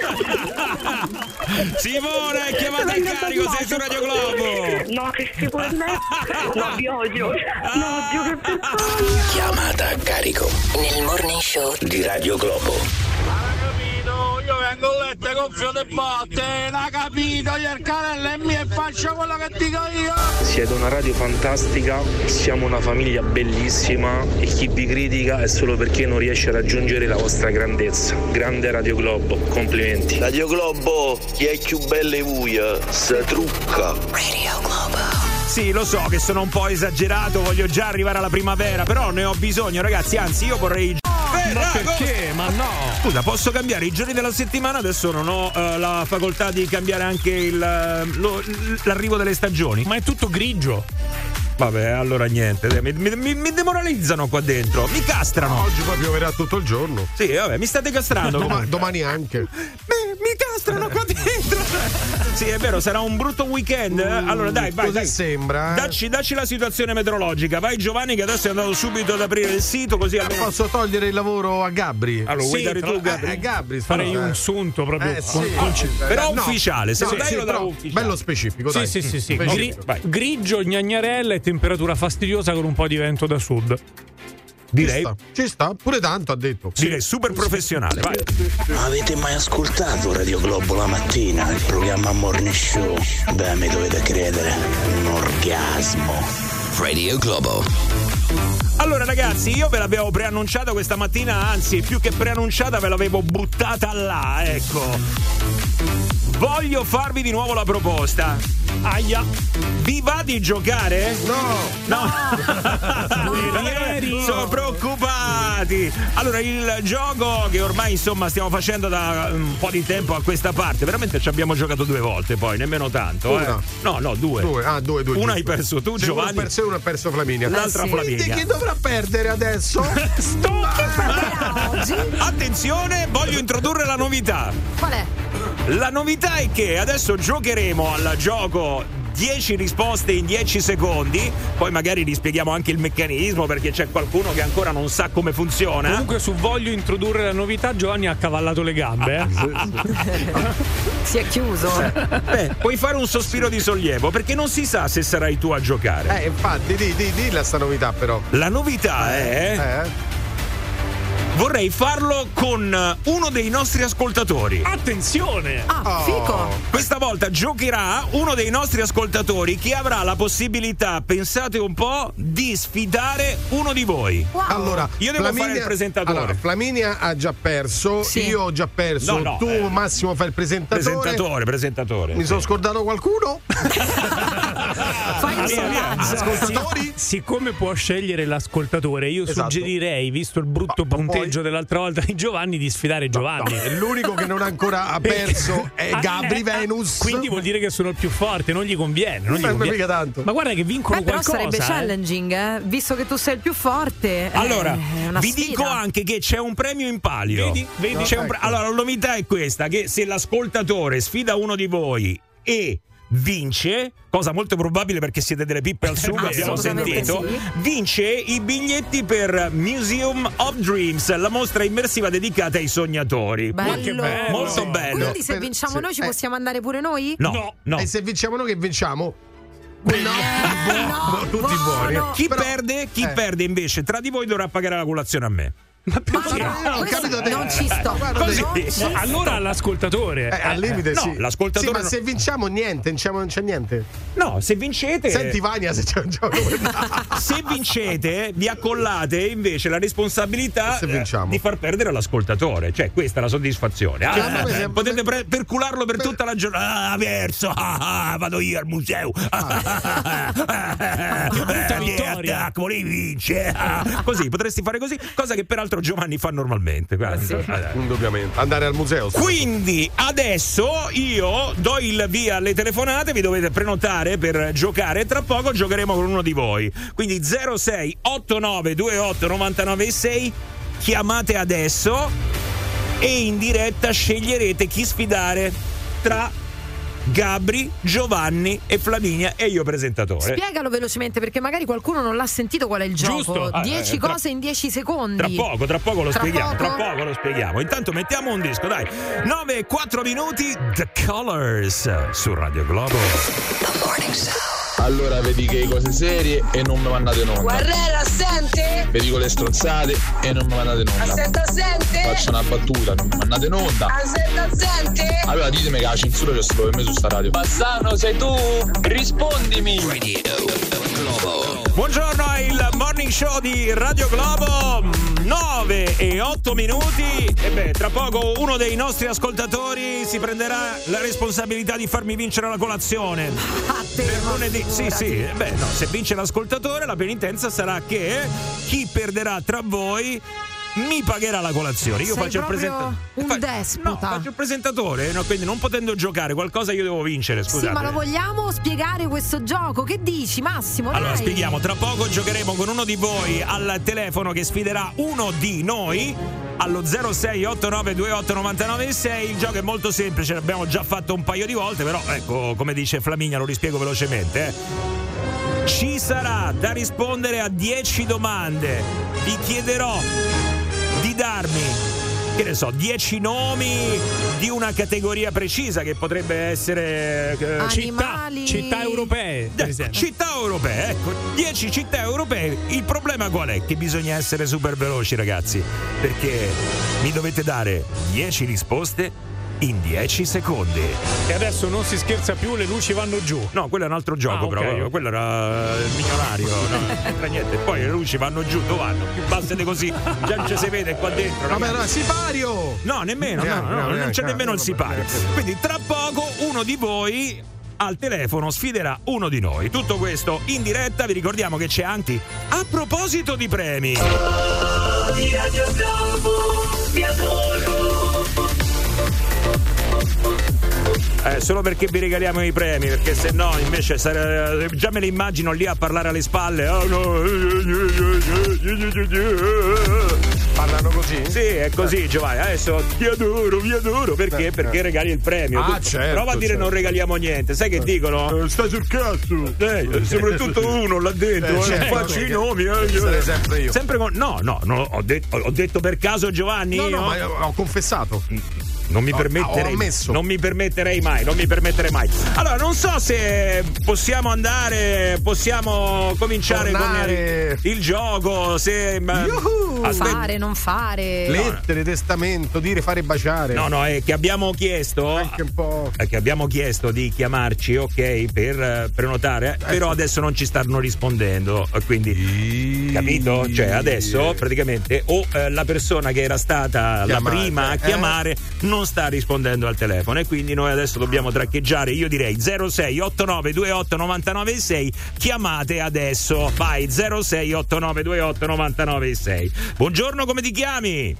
Simona, è chiamata in carico, sei su Radio Globo. No, che schifo di me. No, vi odio. No, odio che persona. Chiamata a carico nel Morning Show di Radio Globo. Io vengo a letto con fio di botte, l'ha capito, gli arcanelli è mio e faccio quello che dico io. Siete una radio fantastica, siamo una famiglia bellissima e chi vi critica è solo perché non riesce a raggiungere la vostra grandezza. Grande Radio Globo, complimenti. Radio Globo, chi è più bella e buia, se trucca. Radio Globo. Sì, lo so che sono un po' esagerato, voglio già arrivare alla primavera, però ne ho bisogno, ragazzi, anzi io vorrei... Ma perché? Ma no! Scusa, posso cambiare i giorni della settimana? Adesso non ho uh, la facoltà di cambiare anche il, lo, l'arrivo delle stagioni. Ma è tutto grigio. Vabbè, allora niente, mi, mi, mi demoralizzano qua dentro, mi castrano. Oggi poi pioverà tutto il giorno. Sì, vabbè, mi state castrando. Doma, domani anche. Mi, mi castrano qua dentro. Sì, è vero, sarà un brutto weekend. Mm, allora dai, vai, dai. Sembra. Dacci, dacci la situazione meteorologica. Vai Giovanni che adesso è andato subito ad aprire il sito così almeno... Posso togliere il lavoro a Gabri? Allora, vuoi sì, dare tu Gabri? Eh, Gabri farei no, un eh. sunto proprio eh, con, sì. con... Però no. ufficiale, se no, lo dai sì, lo darò ufficiale. Bello specifico, dai. Sì, sì, sì, sì. Specifico. Gri- grigio, gnagnarella e temperatura fastidiosa con un po' di vento da sud. Direi ci sta, ci sta, pure tanto ha detto. Direi super professionale, vai. Ma avete mai ascoltato Radio Globo la mattina, il programma Morning Show? Beh, mi dovete credere, un orgasmo. Radio Globo. Allora ragazzi, io ve l'avevo preannunciata questa mattina, anzi più che preannunciata ve l'avevo buttata là, ecco. Voglio farvi di nuovo la proposta. Aia. Vi va di giocare? No. No. Sono preoccupati. Allora il gioco che ormai insomma stiamo facendo da un po' di tempo a questa parte, veramente ci abbiamo giocato due volte poi, nemmeno tanto. Una. Eh. No, no, due. Due, ah, due, due. Una giusto. hai perso tu, Se Giovanni. Uno ha perso e uno ha perso Flaminia. L'altra eh sì. Flaminia. Quindi chi dovrà perdere adesso? Attenzione, voglio introdurre la novità. Qual è? La novità è che adesso giocheremo al gioco dieci risposte in dieci secondi, poi magari vi spieghiamo anche il meccanismo perché c'è qualcuno che ancora non sa come funziona. Comunque su voglio introdurre la novità, Giovanni ha accavallato le gambe. Eh? Si è chiuso. Beh, puoi fare un sospiro di sollievo perché non si sa se sarai tu a giocare. Eh, infatti, di, di, di la sta novità però. La novità è... Eh? Vorrei farlo con uno dei nostri ascoltatori. Attenzione! Ah, fico! Questa volta giocherà uno dei nostri ascoltatori che avrà la possibilità, pensate un po', di sfidare uno di voi. Wow. Allora, io devo Flaminia, fare il presentatore. Allora, Flaminia ha già perso, sì. Io ho già perso. No, no, tu, eh. Massimo, fai il presentatore. Presentatore, presentatore. Mi sì. sono scordato qualcuno? Fai un via, via. Ascoltatori? Siccome può scegliere l'ascoltatore, io Esatto. suggerirei, visto il brutto Ma- ma punteggio poi- dell'altra volta di Giovanni, di sfidare Giovanni. No, l'unico che non ancora ha perso è Ah, Gabri eh, Venus. Quindi vuol dire che sono il più forte, non gli conviene. Non gli Non conviene. mica tanto. Ma guarda che vincono Eh, però qualcosa. sarebbe eh. challenging, eh? Visto che tu sei il più forte. Allora, è una vi sfida. dico anche che c'è un premio in palio. Vedi? Vedi? C'è un pre- ecco. allora, la novità è questa: che se l'ascoltatore sfida uno di voi e vince, cosa molto probabile perché siete delle pippe al sugo, abbiamo Assolutamente sentito, sì. vince i biglietti per Museum of Dreams, la mostra immersiva dedicata ai sognatori. Bello. Che bello. Molto bello. Quindi se Per- vinciamo sì. noi ci Eh. possiamo andare pure noi? No, No. no. E se vinciamo noi che vinciamo? No, no, tutti buoni. buono. Chi Però- perde, chi eh. perde invece tra di voi dovrà pagare la colazione a me. Ma perché? io non ho Questo capito te. non ci sto. Guarda Così. te. Non ci Ma allora all'ascoltatore. Eh, al limite no, sì. l'ascoltatore Sì, ma no. se vinciamo niente, diciamo non c'è niente. No, se vincete. Senti Vania se c'è un gioco. Se vincete, vi accollate invece la responsabilità Se eh, vinciamo. di far perdere l'ascoltatore. Cioè, questa è la soddisfazione. Ah, Cioè, a me sembra- potete pre- percularlo per Beh. tutta la giornata. Ah, ha perso. Ah, ah, vado io al museo. Ah, brutta vittoria. attacco, volevi vincere. Ah, così, potresti fare così, cosa che peraltro Giovanni fa normalmente. Guarda. Indubbiamente. Andare al museo. Quindi adesso io do il via alle telefonate, vi dovete prenotare per giocare, tra poco giocheremo con uno di voi. Quindi zero sei otto nove due otto nove nove sei, chiamate adesso e in diretta sceglierete chi sfidare tra Gabri, Giovanni e Flaminia e io presentatore. Spiegalo velocemente perché magari qualcuno non l'ha sentito qual è il gioco. Giusto. dieci Eh, tra- cose in dieci secondi. Tra poco, tra poco lo Tra spieghiamo, poco? tra poco lo spieghiamo. Intanto mettiamo un disco, dai. nove e quattro minuti, The Colors su Radio Globo. Allora vedi che cose serie e non mi mandate in onda. Guerrera, assente? Vi dico le stronzate e non mi mandate in onda. Assenta, assente? Faccio una battuta, non mi mandate in onda. Assenta, assente? Allora ditemi che la censura c'è solo per me su sta radio. Bassano, sei tu? Rispondimi. Buongiorno, è il morning show di Radio Globo. nove e otto minuti. E beh, tra poco uno dei nostri ascoltatori si prenderà la responsabilità di farmi vincere la colazione. Per lunedì. Sì, sì. Beh, no, se vince l'ascoltatore, la penitenza sarà che chi perderà tra voi mi pagherà la colazione. Io Sei faccio il proprio presentatore. un despota. No, faccio il presentatore, no, quindi non potendo giocare, qualcosa io devo vincere, scusate. Sì, ma lo vogliamo spiegare questo gioco? Che dici, Massimo? Allora, dai. spieghiamo, tra poco giocheremo con uno di voi al telefono che sfiderà uno di noi allo zero sei otto nove due otto nove nove sei. Il gioco è molto semplice, l'abbiamo già fatto un paio di volte, però ecco, come dice Flaminia, lo rispiego velocemente. eh. Ci sarà da rispondere a dieci domande. Vi chiederò di darmi, che ne so, dieci nomi di una categoria precisa che potrebbe essere eh, Animali. città, città europee, per esempio. Città europee, ecco, dieci città europee. Il problema qual è? Che bisogna essere super veloci, ragazzi, perché mi dovete dare dieci risposte in dieci secondi. E adesso non si scherza più, le luci vanno giù. No, quello è un altro gioco, Ah, ok. però quello era il milionario, no, non c'entra niente. Poi le luci vanno giù, dove vanno? Più basse di così, già non ci si vede qua dentro. Vabbè, ragazzi. no, sipario! No, nemmeno, no, Neanche, no, no, non neanche, c'è nemmeno no, il sipario. Quindi tra poco uno di voi al telefono sfiderà uno di noi. Tutto questo in diretta. Vi ricordiamo che c'è anche, a proposito di premi, Di Radio Globo, vi adoro. Eh, solo perché vi regaliamo i premi, perché se no invece sare- già me le immagino lì a parlare alle spalle. Oh, no. Parlano così? Sì, è così, Giovanni. Adesso ti adoro, vi adoro. Perché? Eh, Perché eh. regali il premio. Ah, Tu- certo, Prova a dire certo. non regaliamo niente. Sai che dicono? Stai sul cazzo! Eh, soprattutto uno là dentro, Eh, eh, certo, faccio i perché nomi. eh, sarei sempre io. Sempre con. No, no, no, ho, det- ho detto per caso Giovanni. No, no, io? ma io ho confessato. Non mi Ho- permetterei, ho ammesso. non mi permetterei mai, non mi permetterei mai. Allora, non so se possiamo andare, possiamo cominciare Tornare. con il, il gioco. Se Yuhu! Aspetta. Fare, non fare. Lettere, testamento, dire, fare baciare. No, no, è che abbiamo chiesto Anche un po'. è che abbiamo chiesto di chiamarci, ok, per eh, prenotare, eh, però adesso non ci stanno rispondendo, eh, quindi capito? Cioè adesso praticamente o eh, la persona che era stata Chiamata, la prima a eh. chiamare non sta rispondendo al telefono e quindi noi adesso dobbiamo traccheggiare. Io direi zero sei otto nove due otto nove nove sei, chiamate adesso. Vai, zero sei otto nove due otto nove nove sei. Buongiorno, come ti chiami?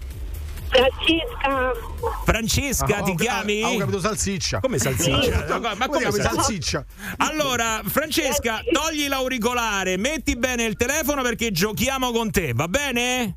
Francesca. Francesca, Ah, ti ho- chiami? ah, Ho capito salsiccia. Come salsiccia? Sì. Ma Come come chiami salsiccia? salsiccia? Allora, Francesca, togli l'auricolare, metti bene il telefono perché giochiamo con te, va bene?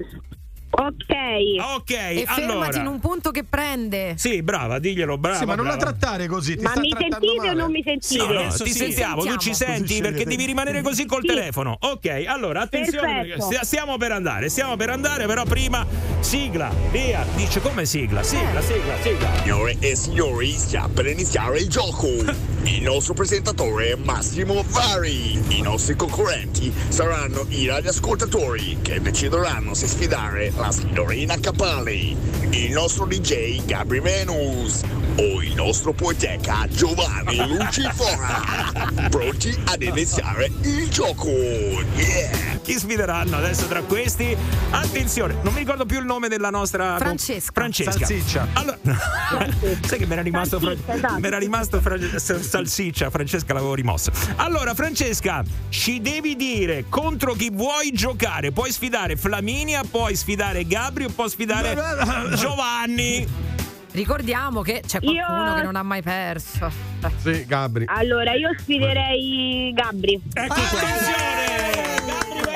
Ok. Ok, E fermati allora. in un punto che prende. Sì, brava, diglielo, brava. Sì, ma non la brava. trattare così. Ti Ma sta mi trattando sentite o male. non mi Sì, sentite? no, adesso ti sì, sentiamo, tu ci sentiamo. senti Così perché scegli. devi rimanere così col Sì. telefono. Ok, allora attenzione, Perfetto. perché stiamo per andare, stiamo per andare, però prima sigla, via. Dice come sigla? Sigla, sigla, sigla. Signore e signori, sta per iniziare il gioco. Il nostro presentatore è Massimo Vari. I nostri concorrenti saranno i radioascoltatori che decideranno se sfidare la signorina Capali, il nostro D J Gabri Venus o il nostro poeteca Giovanni Lucifora. Pronti ad iniziare il gioco. Yeah! Chi sfideranno adesso tra questi? Attenzione, non mi ricordo più il nome della nostra Francesca. Francesca. Salsiccia. Allora, sai che mi era rimasto fra... Salsiccia, esatto. mi era rimasto fra... salsiccia, Francesca l'avevo rimosso. Allora, Francesca, ci devi dire contro chi vuoi giocare. Puoi sfidare Flaminia, puoi sfidare Gabri o puoi sfidare Giovanni. Ricordiamo che c'è qualcuno Io- che non ha mai perso. Sì, Gabri. Allora, io sfiderei Gabri. Ecco qua. Attenzione! Gabri Venus.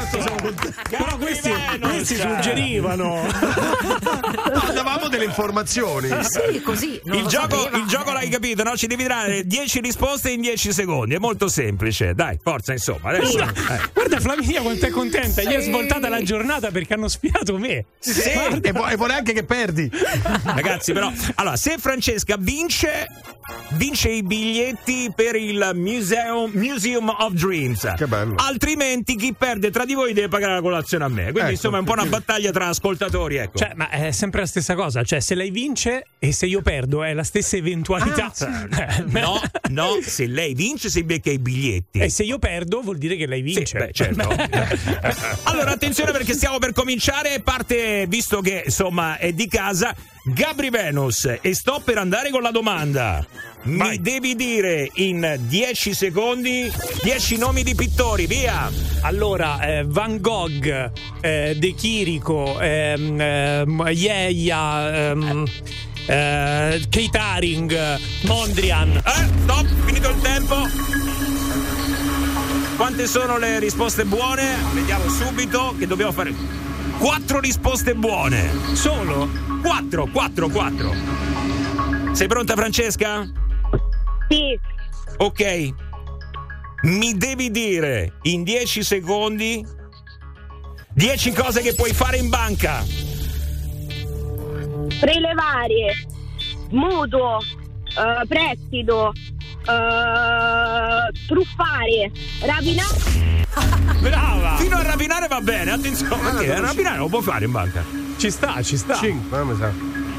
Però questi, questi suggerivano. No, davamo delle informazioni. Sì, così. non Il lo gioco, sapeva. il gioco l'hai capito, no? Ci devi dare dieci risposte in dieci secondi. È molto semplice. Dai, forza, insomma. Adesso, Guarda, eh. guarda Flaminia quanto è contenta, gli è Sì. svoltata la giornata perché hanno spiato me. Sì, e, vo- e vuole anche che perdi. Ragazzi, però, allora, se Francesca vince, vince i biglietti per il Museum, Museum of Dreams. Che bello. Altrimenti, chi perde tra di voi deve pagare la colazione a me. Quindi, Ecco, insomma, è un po' una battaglia tra ascoltatori. Ecco. Cioè, ma è sempre la stessa cosa, cioè se lei vince e se io perdo è la stessa eventualità. Ah, sì. Eh, no, no, se lei vince, si becca i biglietti. E se io perdo vuol dire che lei vince. Sì, beh, certo. Allora, attenzione perché stiamo per cominciare. Parte, visto che insomma è di casa, Gabri Venus, e sto per andare con la domanda. Mi Vai. devi dire in dieci secondi dieci nomi di pittori, via. Allora, eh, Van Gogh, eh, De Chirico, ehm, ehm, Yeia, ehm, eh, Kate Haring, Mondrian. Eh, stop, finito il tempo. Quante sono le risposte buone? Vediamo subito che dobbiamo fare. Quattro risposte buone. Solo? Quattro, quattro, quattro. Sei pronta, Francesca? Sì. Ok. Mi devi dire in dieci secondi dieci cose che puoi fare in banca. Prelevare, mutuo, eh, prestito, eh, truffare, rapinare. Brava! Fino a rapinare va bene, attenzione, Ah, perché no, rapinare lo può fare in banca. Ci sta, ci sta. Cinque, eh, mi sa.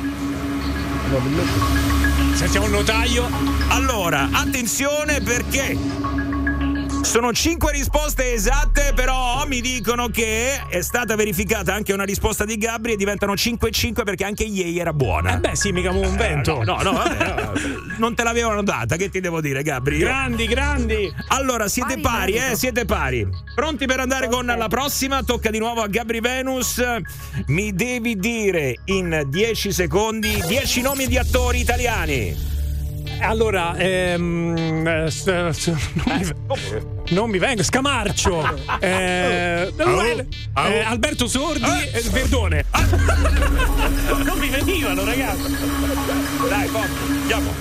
Sentiamo un notaio. Allora, attenzione perché sono cinque risposte esatte, però mi dicono che è stata verificata anche una risposta di Gabri e diventano cinque e cinque perché anche ieri era buona. Eh beh sì, mica un vento. No, no, no, vabbè, no, non te l'avevano data, che ti devo dire, Gabri? Io- Grandi, grandi. Allora, siete Pari, pari, eh? merito. Siete pari. Pronti per andare con la prossima? Tocca di nuovo a Gabri Venus. Mi devi dire in dieci secondi dieci nomi di attori italiani. Allora, ehm, eh, s- s- non, mi, non mi vengo, Scamarcio, eh, eh, eh, Alberto Sordi, eh, Verdone. Non mi venivano, ragazzi. Dai, forza, andiamo.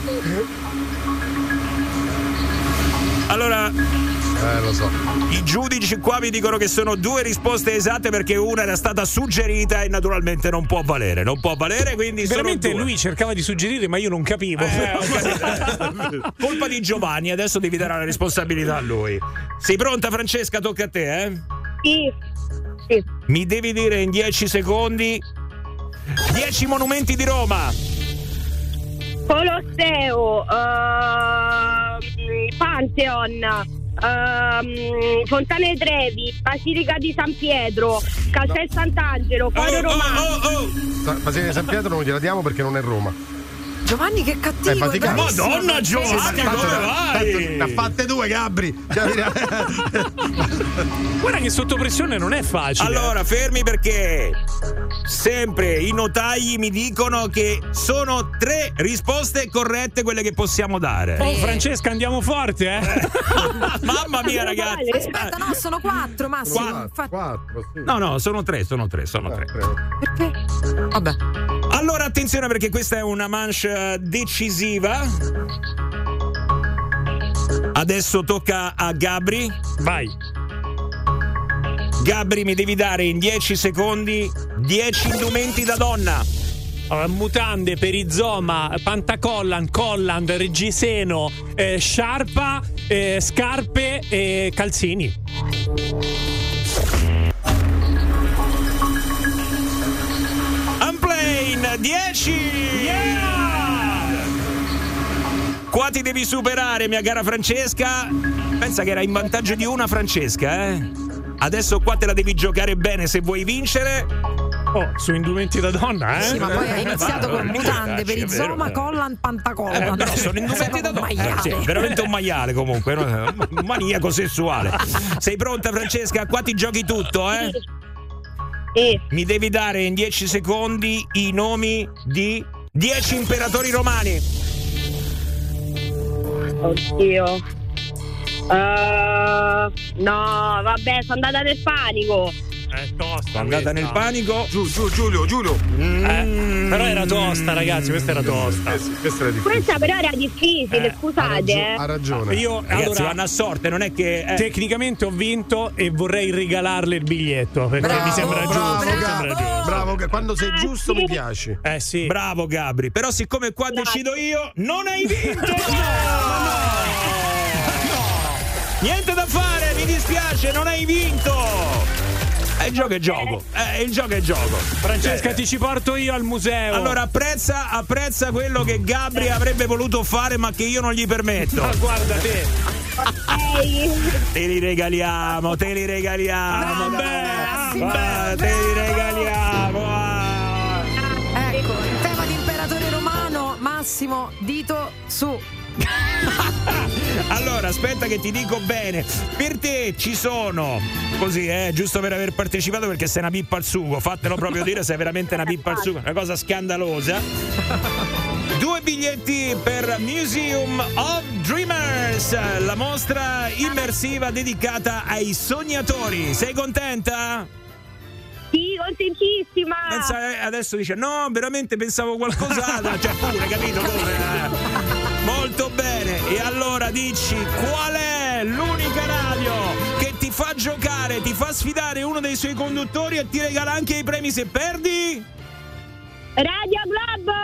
Allora, Eh, lo so. i giudici qua mi dicono che sono due risposte esatte perché una era stata suggerita e naturalmente non può valere. Non può valere, quindi Veramente sono due. lui cercava di suggerire, ma io non capivo. Eh, ho capito. Colpa di Giovanni, adesso devi dare la responsabilità a lui. Sei pronta, Francesca? Tocca a te, eh? Sì. Sì. Mi devi dire in dieci secondi dieci monumenti di Roma. Colosseo, eh, Pantheon, ehm, Fontane Trevi, Basilica di San Pietro, Castel Sant'Angelo, Foro Romano. Oh, oh. Sa- Basilica di San Pietro non gliela diamo perché non è Roma. Giovanni, che cattivo. Eh, Vaticano. bravissimo. Madonna, Sì, Giovanni, sì, come sì. vai? Ne ha fatte due, Gabri. Guarda che sotto pressione non è facile. Allora, fermi perché sempre i notagli mi dicono che sono tre risposte corrette quelle che possiamo dare. Oh, Francesca, andiamo forte, eh? Mamma mia, ragazzi. Aspetta, no, sono quattro, Massimo. Quattro, Infatti- Quattro, sì. No, no, sono tre, sono tre, sono tre. Perché? Vabbè. Allora, attenzione perché questa è una manche decisiva. Adesso tocca a Gabri. Vai. Gabri, mi devi dare in dieci secondi dieci indumenti da donna. Allora, mutande, perizoma, pantacollan, colland, reggiseno, eh, sciarpa, eh, scarpe e calzini. Unplane, dieci! Qua ti devi superare, mia cara Francesca. Pensa che era in vantaggio di una Francesca, eh? Adesso qua te la devi giocare bene se vuoi vincere. Oh, su indumenti da donna, eh? Sì, ma poi hai iniziato con mutande, per perizoma, collan, pantacollan. Eh, però sono indumenti da donna. Eh, sì, veramente un maiale comunque, no? Un maniaco sessuale. Sei pronta, Francesca? Qua ti giochi tutto, eh? Sì. Mi devi dare in dieci secondi i nomi di dieci imperatori romani. Oddio. Uh, no, vabbè, sono andata nel panico. È tosta. Sono andata nel panico. Giù, giù, Giulio, Giulio. Mm. Eh, però era tosta, ragazzi, questa era tosta. Eh sì, questa era difficile. Questa però era difficile, Eh, scusate. eh. Ha ragione. Io Ragazzi, allora vanno a sorte, non è che eh. tecnicamente ho vinto e vorrei regalarle il biglietto perché Bravo, mi sembra giusto. bravo, mi sembra Bravo, giusto. bravo, che quando sei giusto mi piaci. Eh sì. Bravo Gabri, però siccome qua decido io, non hai vinto! Niente da fare, mi dispiace, non hai vinto! È il gioco è gioco, è il gioco è gioco. Francesca, Eh, ti ci porto io al museo. Allora apprezza, apprezza quello che Gabri avrebbe voluto fare ma che io non gli permetto. Ma guarda te. Te li regaliamo, te li regaliamo. Vabbè, Va, te li regaliamo. va. Ecco, in tema di imperatore romano, Massimo, dito su. Allora, aspetta che ti dico bene. Per te ci sono, così, eh, giusto per aver partecipato perché sei una pippa al sugo. Fatelo proprio dire, sei veramente una pippa al sugo. Una cosa scandalosa. Due biglietti per Museum of Dreamers, la mostra immersiva dedicata ai sognatori. Sei contenta? Sì, contentissima. Pensa, eh, adesso dice no, veramente pensavo qualcos'altro. Cioè pure, capito come? eh? Molto bene. E allora dici qual è l'unica radio che ti fa giocare, ti fa sfidare uno dei suoi conduttori e ti regala anche i premi se perdi? Radio Globo.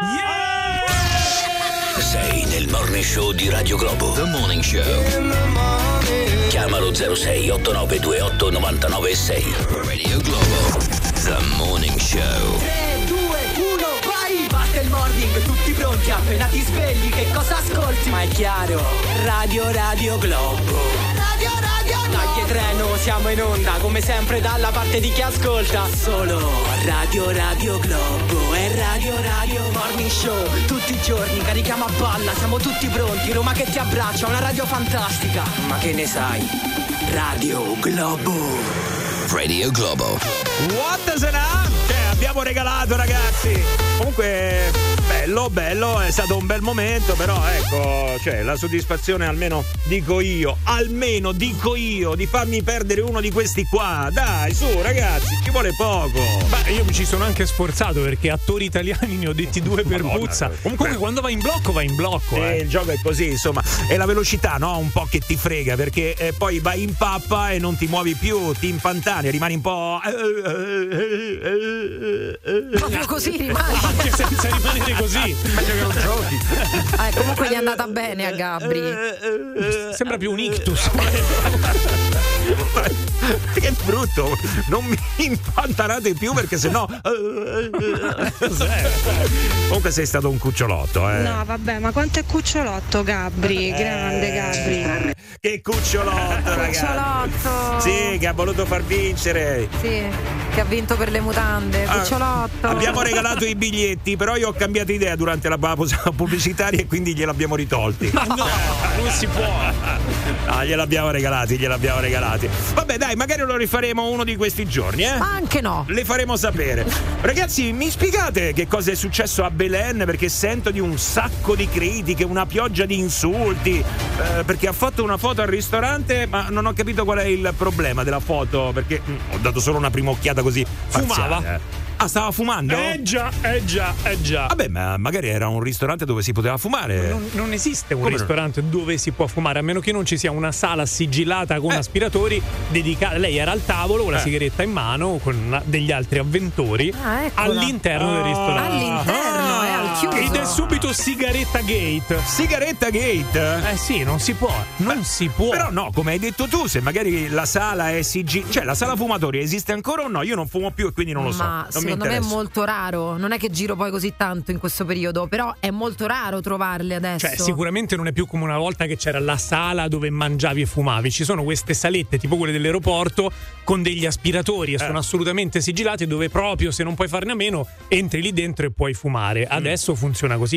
Yeah! Sei nel Morning Show di Radio Globo. The Morning Show. Chiamalo zero sei otto nove due otto nove nove sei. Radio Globo. The Morning Show. tre, due, uno, vai! Parte il morning, tutti pronti, appena ti svegli, che cosa ascolti? Ma è chiaro, Radio Radio Globo. Radio Radio Globo. Dai che treno, siamo in onda, come sempre dalla parte di chi ascolta. Solo Radio Radio Globo e Radio Radio Morning Show. Tutti i giorni carichiamo a palla, siamo tutti pronti, Roma che ti abbraccia, una radio fantastica. Ma che ne sai? Radio Globo. Radio Globo. What sarà? Cioè, abbiamo regalato, ragazzi. Comunque, bello, bello, è stato un bel momento, però ecco, cioè, la soddisfazione, almeno dico io, almeno dico io, di farmi perdere uno di questi qua. Dai, su, ragazzi, ci vuole poco. Beh, io mi ci sono anche sforzato perché attori italiani ne ho detti due per Madonna, puzza. comunque, Comunque, quando vai in blocco, vai in blocco. Sì, eh. il gioco è così, insomma, è la velocità, no? Un po' che ti frega, perché eh, poi vai in pappa e non ti muovi più, ti impantani, rimani un po'. Proprio così rimani. Anche senza rimanere così. Meglio che non giochi. Eh, comunque gli è andata bene a Gabri. Sembra più un ictus. Che brutto, non mi impantanate più perché sennò. Comunque sei stato un cucciolotto, eh. No, vabbè, ma quanto è cucciolotto Gabri? Grande Gabri. Che cucciolotto, ragazzi. Cucciolotto. Sì, che ha voluto far vincere. Sì, che ha vinto per le mutande. Cucciolotto. Ah, abbiamo regalato i biglietti, però io ho cambiato idea durante la pausa pubblicitaria e quindi gliel'abbiamo ritolti. Ma no, non si può. No, gliel'abbiamo regalati, gliel'abbiamo regalati. Vabbè, dai, magari lo rifaremo uno di questi giorni, eh? Ma anche no. Le faremo sapere. Ragazzi, mi spiegate che cosa è successo a Belen? Perché sento di un sacco di critiche, una pioggia di insulti. Eh, perché ha fatto una foto al ristorante, ma non ho capito qual è il problema della foto. Perché mh, ho dato solo una prima occhiata così. Fumava. Parziale. Ah, stava fumando? Eh già, eh già, eh già. Vabbè, ma magari era un ristorante dove si poteva fumare. Non, non esiste un Come ristorante no? dove si può fumare, a meno che non ci sia una sala sigillata con eh. aspiratori dedicata. Lei era al tavolo con la eh. sigaretta in mano con una, degli altri avventori ah, all'interno ah. del ristorante. All'interno, è al chiuso. Ed è subito sigaretta gate. Sigaretta gate? Eh sì, non si può, non Beh, si può. Però no, come hai detto tu, se magari la sala è sigillata, cioè la sala fumatori esiste ancora o no? Io non fumo più e quindi non lo so. Ma non secondo mi me è interessa. molto raro. Non è che giro poi così tanto in questo periodo, però è molto raro trovarle adesso. Cioè, sicuramente non è più come una volta che c'era la sala dove mangiavi e fumavi. Ci sono queste salette, tipo quelle dell'aeroporto, con degli aspiratori e eh. sono assolutamente sigillate, dove proprio se non puoi farne a meno entri lì dentro e puoi fumare. Adesso mm. funziona così, ma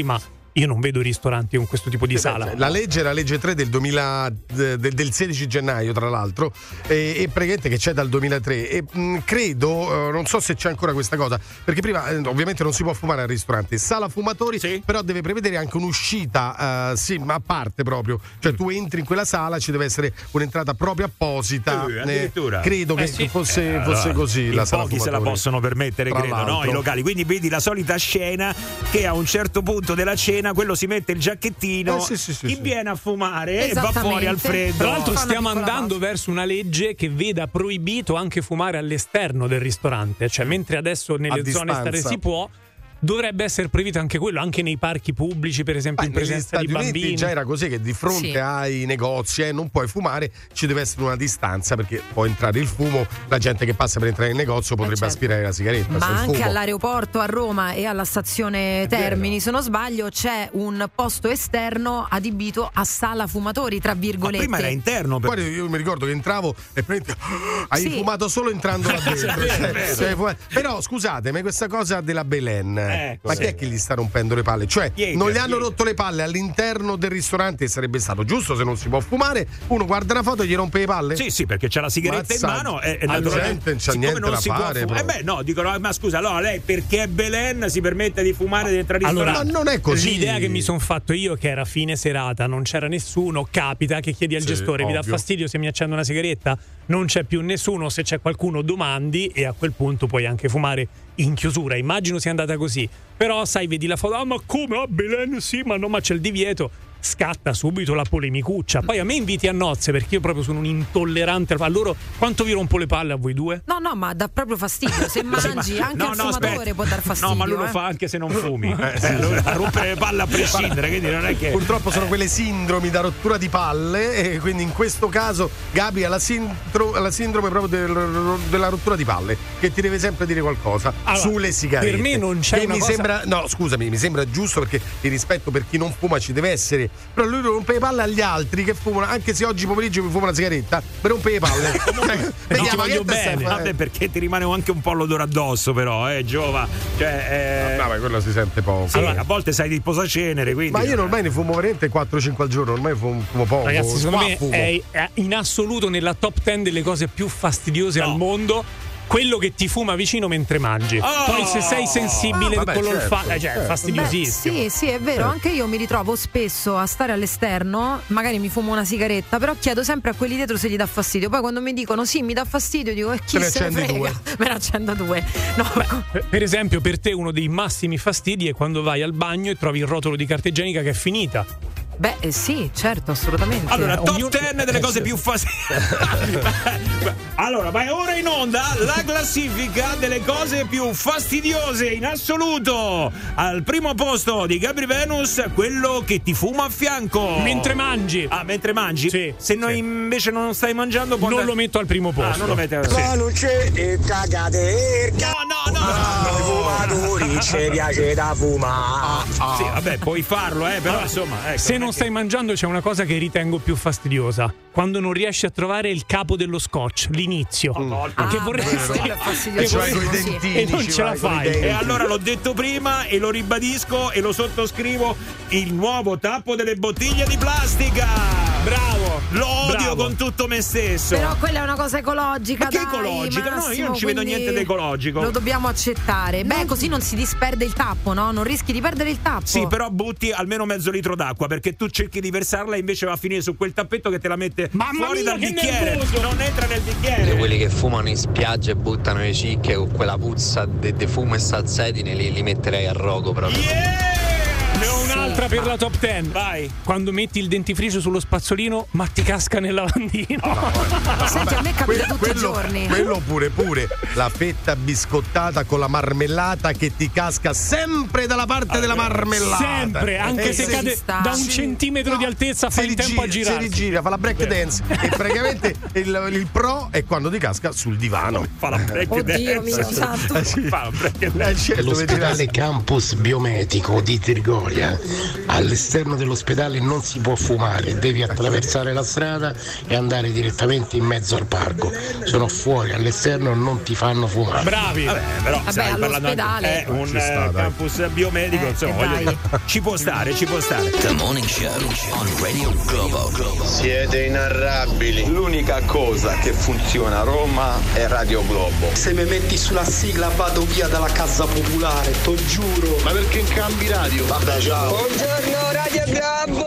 io non vedo ristoranti con questo tipo di sala. La legge è la legge tre del duemila, del, del sedici gennaio, tra l'altro, e, e praticamente che c'è dal duemilatré. E mh, credo, eh, non so se c'è ancora questa cosa, perché prima eh, ovviamente non si può fumare al ristorante. Sala fumatori, sì, però deve prevedere anche un'uscita, eh, sì, ma a parte proprio. Cioè, tu entri in quella sala, ci deve essere un'entrata proprio apposita. Uh, addirittura. Eh, credo eh, che sì. fosse, eh, fosse allora, così. La sala pochi fumatori se la possono permettere, tra credo, no? I locali. Quindi vedi la solita scena che a un certo punto della cena quello si mette il giacchettino, eh, sì, sì, sì, chi sì. viene a fumare e va fuori al freddo. Tra l'altro stiamo andando verso una legge che veda proibito anche fumare all'esterno del ristorante, cioè mentre adesso nelle A zone estere si può, dovrebbe essere proibito anche quello, anche nei parchi pubblici, per esempio, in presenza di bambini. Negli Stati Uniti già era così, che di fronte Sì. ai negozi eh, non puoi fumare, ci deve essere una distanza, perché può entrare il fumo, la gente che passa per entrare nel negozio potrebbe certo. aspirare la sigaretta. Ma sul anche fumo. all'aeroporto a Roma e alla stazione Termini, se non sbaglio, c'è un posto esterno adibito a sala fumatori, tra virgolette. Ma prima era interno. Per... Guarda, io mi ricordo che entravo e hai Sì. fumato solo entrando là dentro. Cioè, cioè, fu- però scusate, ma questa cosa della Belen, Ecco, ma sì. chi è che gli sta rompendo le palle? Cioè, Chiesa, non gli hanno chiesa. rotto le palle all'interno del ristorante, sarebbe stato giusto, se non si può fumare, uno guarda la foto e gli rompe le palle? Sì, sì, perché c'è la sigaretta Mazza, in mano e, e alla naturalmente, gente non c'ha siccome niente non da si può fare, fumare, eh proprio. beh, no, dicono, ma scusa, allora lei perché è Belen si permette di fumare dentro al ristorante? Allora, ma non è così. L'idea che mi sono fatto io, che era fine serata, non c'era nessuno, capita che chiedi al Sì, gestore, mi dà ovvio. fastidio se mi accendo una sigaretta? Non c'è più nessuno, se c'è qualcuno domandi e a quel punto puoi anche fumare in chiusura. Immagino sia andata così. Però sai, vedi la foto, ah ma come? Ah Belen sì, ma no, ma c'è il divieto. Scatta subito la polemicuccia. Poi a me inviti a nozze, perché io proprio sono un intollerante. A loro quanto vi rompo le palle a voi due? No, no, ma dà proprio fastidio. Se mangi, anche no, al no, fumatore aspetta. può dar fastidio. No, ma lui lo eh. fa anche se non fumi. Eh, sì, lui a rompere le palle a prescindere, quindi non è che. Purtroppo sono quelle sindromi da rottura di palle, e quindi in questo caso Gabi ha la, sindro- la sindrome proprio del- della rottura di palle, che ti deve sempre dire qualcosa Allora, sulle sigarette. per me non c'è che una mi cosa- sembra, no, scusami, mi sembra giusto, perché il rispetto per chi non fuma ci deve essere, però lui rompe le palle agli altri che fumano, anche se oggi pomeriggio mi fumo una sigaretta, mi rompe le palle. ti voglio bene. Vabbè, perché ti rimane anche un po' l'odore addosso, però, eh, Giova. Cioè, eh... No, ma quello si sente poco. Sì, a volte sai di posacenere, quindi. Ma io ormai ne fumo veramente quattro cinque al giorno, ormai fumo, fumo poco. Ragazzi, secondo Qua me fumo. è, è in assoluto nella top dieci delle cose più fastidiose al mondo. Quello che ti fuma vicino mentre mangi. Oh! Poi se sei sensibile Ah, vabbè, con certo, l'olfatto, cioè, certo. Beh, fastidiosissimo. sì, sì, è vero, anche io mi ritrovo spesso a stare all'esterno, magari mi fumo una sigaretta, però chiedo sempre a quelli dietro se gli dà fastidio. Poi quando mi dicono sì, mi dà fastidio, dico, e chi Te ne se ne accendi frega? due. Me ne accendo due. No, Per- Per esempio, per te uno dei massimi fastidi è quando vai al bagno e trovi il rotolo di carta igienica che è finita. beh, eh, sì, certo, assolutamente. Allora, top Ognuno- dieci delle cose più fastidiose. Allora, vai ora in onda la classifica delle cose più fastidiose in assoluto. Al primo posto di Gabri Venus, quello che ti fuma a fianco. Mentre mangi. Ah, mentre mangi? Sì, Se noi sì. invece non stai mangiando, può Non andare- lo metto al primo posto. Ah, non lo metti al Sì. non c'è e cagate e No, no, no. Noi fumatori ci piace da fumare. Sì, vabbè, puoi farlo, eh, però insomma, ecco, Se non non è stai mangiando c'è una cosa che ritengo più fastidiosa. Quando non riesci a trovare il capo dello scotch, l'inizio. Ah, che beh, vorresti quello è che fastidiosissimo, Cioè, coi sì. dentini, e non ci ce la vai coi fai. denti. E allora l'ho detto prima e lo ribadisco e lo sottoscrivo: il nuovo tappo delle bottiglie di plastica. Bravo. Lo odio Bravo. con tutto me stesso. Però quella è una cosa ecologica. Ma che dai, ecologica? No, io Massimo, non ci vedo quindi niente di ecologico. Lo dobbiamo accettare. Beh, così non si disperde il tappo, no? Non rischi di perdere il tappo. Sì, però butti almeno mezzo litro d'acqua, perché tu cerchi di versarla e invece va a finire su quel tappetto che te la mette Mamma fuori mia, dal che bicchiere. nervoso! Non entra nel Di bicchiere. quelli che fumano in spiaggia e buttano le cicche con quella puzza di fumo e salsedine, li, li metterei a rogo proprio. Ne ho un'altra per la top dieci. Vai. Quando metti il dentifricio sullo spazzolino, ma ti casca nel lavandino. Senti, a me capita Que- tutti quello, i giorni. quello pure pure la fetta biscottata con la marmellata che ti casca sempre dalla parte della marmellata. Sempre, anche Eh, se sì. cade sta. da un Sì. centimetro di altezza, Si fai in tempo a rigira, girare. si rigira, fa la break dance e praticamente il, il pro è quando ti casca sul divano. Fa la break Oddio, dance. mio santo. Eh sì. Fa la break Eh, dance. certo, vedi L'ospedale la- Campus Biomedico di Trigoria all'esterno dell'ospedale non si può fumare, devi attraversare la strada e andare direttamente in mezzo al parco. Sono fuori, all'esterno non ti fanno fumare. Bravi. Vabbè, però Vabbè, sai, parlando all'ospedale. anche, è un Ci sta, eh, dai. campus biomedico, Eh, insomma, e voglio dai. dire, ci può stare, ci può stare. The Morning Show on Radio Globo. Siete inarrabili. L'unica cosa che funziona a Roma è Radio Globo. Se mi metti sulla sigla vado via dalla casa popolare, t'o giuro. Ma perché in cambi radio? Vabbè, ciao. Buongiorno Radio Globo.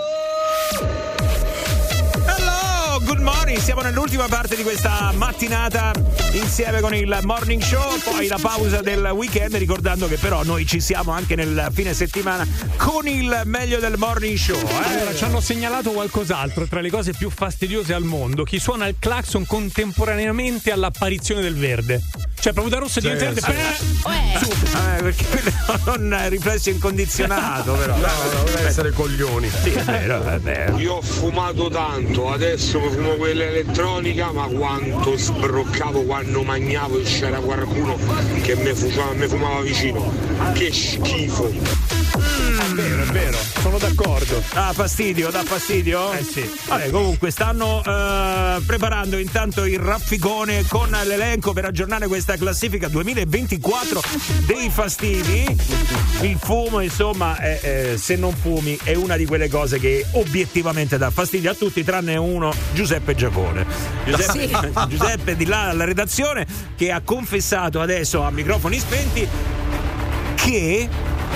Hello, good morning, siamo nell'ultima parte di questa mattinata insieme con il Morning Show, poi la pausa del weekend, ricordando che però noi ci siamo anche nel fine settimana con il meglio del Morning Show. Eh? Allora, ci hanno segnalato qualcos'altro tra le cose più fastidiose al mondo: chi suona il clacson contemporaneamente all'apparizione del verde. Cioè, proprio da rosso diventa verde. sì. Eh, perché quello è un riflesso incondizionato, però. No, no, deve essere coglioni. Sì, è vero, è vero. Io ho fumato tanto, adesso mi fumo quella elettronica, ma quanto sbroccavo quando mangiavo e c'era qualcuno che mi fumava, mi fumava vicino. Che schifo. È vero, è vero, sono d'accordo. Ah, fastidio, dà fastidio? Eh sì. Vabbè, comunque stanno eh, preparando intanto il rafficone con l'elenco per aggiornare questa classifica duemilaventiquattro dei fastidi. Il fumo, insomma, è, è, se non fumi, è una di quelle cose che obiettivamente dà fastidio a tutti, tranne uno, Giuseppe Giacone. Giuseppe, Sì. Giuseppe di là alla redazione, che ha confessato adesso a microfoni spenti che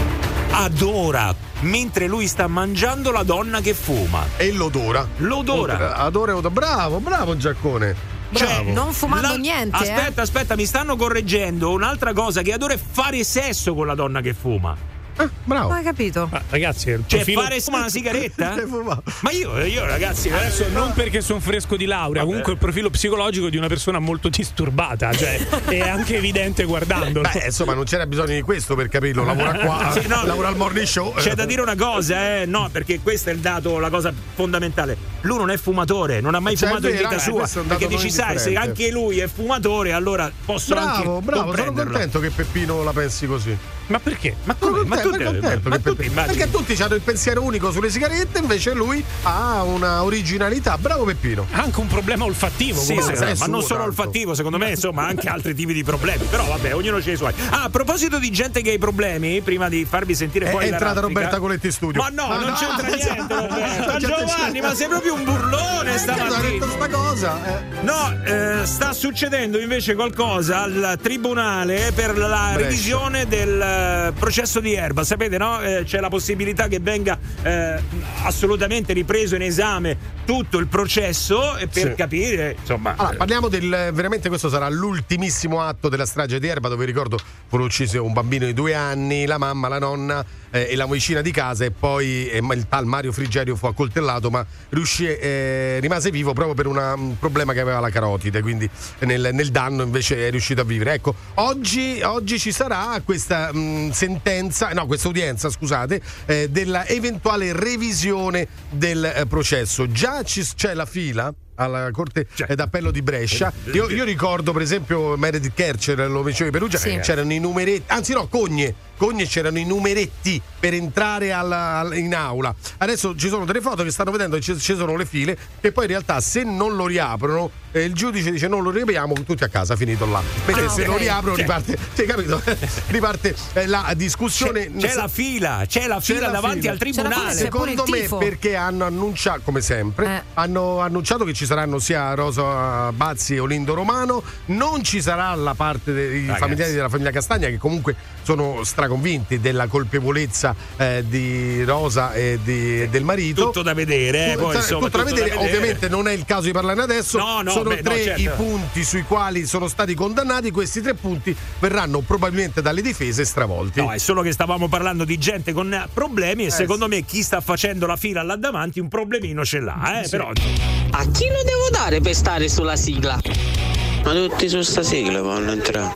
adora mentre lui sta mangiando la donna che fuma. E l'odora. L'odora. Adora e odora. Bravo, bravo Giaccone. Cioè, Bravo. Non fumando niente, eh. Aspetta, aspetta, mi stanno correggendo. Un'altra cosa che adora è fare sesso con la donna che fuma. Ah, bravo. Non hai capito? Ma, ragazzi, il Cioè, profilo... fare fuma una sigaretta? Ma io, io ragazzi, Adesso eh, non perché sono fresco di laurea, Vabbè. comunque il profilo psicologico di una persona molto disturbata, cioè è anche evidente guardandolo. Beh, insomma, non c'era bisogno di questo per capirlo. Lavora qua, Sì, no, lavora al morning show. C'è da dire una cosa, eh? No, perché questo è il dato, la cosa fondamentale. Lui non è fumatore, non ha mai Cioè, fumato è in vero, vita eh, sua. questo è un dato Perché non dici, sai, se indifferente. anche lui è fumatore, allora posso Bravo, anche bravo, sono comprenderlo. contento che Peppino la pensi così. Ma perché? Ma Sono come? Ma tu contento, te- contento ma che tu ti Peppino- immagini? perché tutti hanno il pensiero unico sulle sigarette, invece lui ha una originalità. Bravo Peppino. Ha anche un problema olfattivo. Sì, comunque. sì, è ma non suo, solo tanto. olfattivo, secondo me, insomma, anche altri tipi di problemi. Però vabbè, ognuno c'ha i suoi. Ah, a proposito di gente che ha i problemi, prima di farvi sentire È poi la entrata raffica- Roberta Coletti in studio. Ma no, Ah, non no, c'entra niente, Roberta. c'è- c'è- Giovanni, c'è- ma sei proprio un burlone Ha stamattina. detto sta cosa. eh. No, eh, sta succedendo invece qualcosa al tribunale per la Brescia. revisione del eh, processo di Erba. Sapete, no? Eh, c'è la possibilità che venga eh, assolutamente ripreso in esame tutto il processo e per Sì. capire, insomma. Allora, parliamo del veramente questo sarà l'ultimissimo atto della strage di Erba, dove ricordo furono uccisi un bambino di due anni, la mamma, la nonna eh, e la vicina di casa, e poi eh, il tal Mario Frigerio fu accoltellato, ma riuscì, eh, rimase vivo proprio per una, un problema che aveva la carotide, quindi nel, nel danno invece è riuscito a vivere. Ecco, oggi, oggi ci sarà questa mh, sentenza, no, questa udienza, scusate, eh, della eventuale revisione del eh, processo. Già ci, c'è la fila alla Corte Cioè. d'Appello di Brescia. Io, io ricordo per esempio Meredith Kercher, lo dicevo di Perugia, Sì. c'erano i numeretti, anzi no, Cogne, Cogne c'erano i numeretti per entrare alla- al- in aula. Adesso ci sono delle foto che stanno vedendo che ci, ci sono le file, che poi in realtà se non lo riaprono eh, il giudice dice non lo riapriamo, tutti a casa, finito là. Mentre Ah, se ok. lo riaprono Cioè. riparte, ti hai capito? riparte eh, la discussione. C'è, c'è la fila, c'è la C'è fila la davanti fila. al C'era tribunale. forse pure Secondo il me tifo. perché hanno annunciato, come sempre, Eh. hanno annunciato che ci saranno sia Rosa Bazzi e Olindo Romano, non ci sarà la parte dei Ragazzi. familiari della famiglia Castagna, che comunque sono straconvinti della colpevolezza eh, di Rosa e di- e del marito. Tutto da vedere, eh, poi, Tutto- insomma, tutto da tutto da vedere. vedere. Ovviamente non è il caso di parlarne adesso. No, no, sono beh, no, tre certo. i punti sui quali sono stati condannati. Questi tre punti verranno probabilmente dalle difese stravolti. No, è solo che stavamo parlando di gente con problemi e secondo me chi sta facendo la fila là davanti un problemino ce l'ha, eh, però A chi lo devo dare per stare sulla sigla? Ma tutti su sta sigla vanno entrare.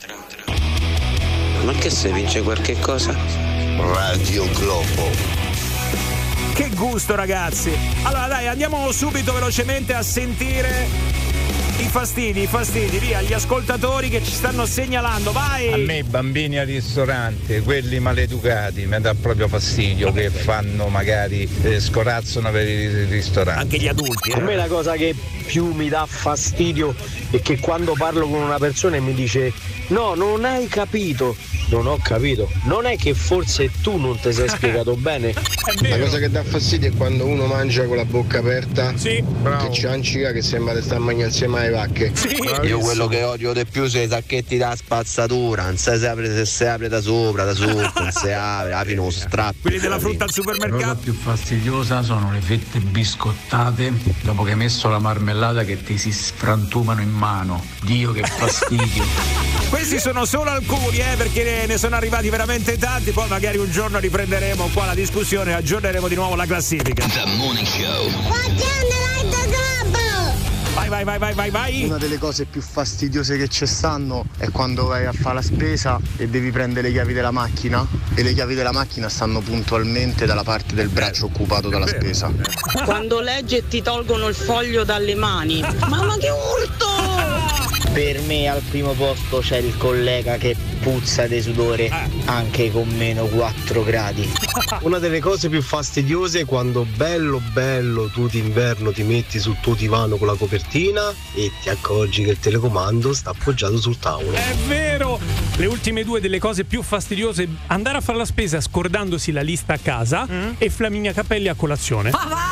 Ma che se vince qualche cosa? Radio Globo. che gusto, ragazzi. Allora dai, andiamo subito velocemente a sentire I fastidi, i fastidi, via, gli ascoltatori che ci stanno segnalando, vai! A me i bambini al ristorante, quelli maleducati, mi dà proprio fastidio che fanno magari eh, scorazzano per il ristorante. Anche gli adulti. Eh. A me la cosa che più mi dà fastidio è che quando parlo con una persona e mi dice no, non hai capito. Non ho capito. Non è che forse tu non ti sei spiegato bene? La cosa che dà fastidio è quando uno mangia con la bocca aperta, sì, che ciancica, che sembra di stare a mangiare insieme alle vacche. Sì. Io quello che odio di più sono i sacchetti da spazzatura, non sai se apre, se si apre da sopra, da sotto, non si apre, la fine uno strappo. Quelli della frutta al supermercato. La cosa più fastidiosa sono le fette biscottate dopo che hai messo la marmellata che ti si sfrantumano in mano. Dio, che fastidio. Questi sono solo alcuni, eh, perché ne sono arrivati veramente tanti. Poi magari un giorno riprenderemo qua la discussione e aggiorneremo di nuovo la classifica. The Morning Show. Vai, vai, vai, vai, vai, vai. Una delle cose più fastidiose che ci stanno è quando vai a fare la spesa e devi prendere le chiavi della macchina e le chiavi della macchina stanno puntualmente dalla parte del braccio occupato dalla spesa. Quando leggi e ti tolgono il foglio dalle mani. Mamma che urto! Per me al primo posto c'è il collega che puzza di sudore anche con meno quattro gradi. Una delle cose più fastidiose è quando bello bello tu d'inverno ti metti sul tuo divano con la copertina e ti accorgi che il telecomando sta appoggiato sul tavolo. È vero! Le ultime due delle cose più fastidiose: andare a fare la spesa scordandosi la lista a casa mm. e Flaminia Capelli a colazione. Ah, va!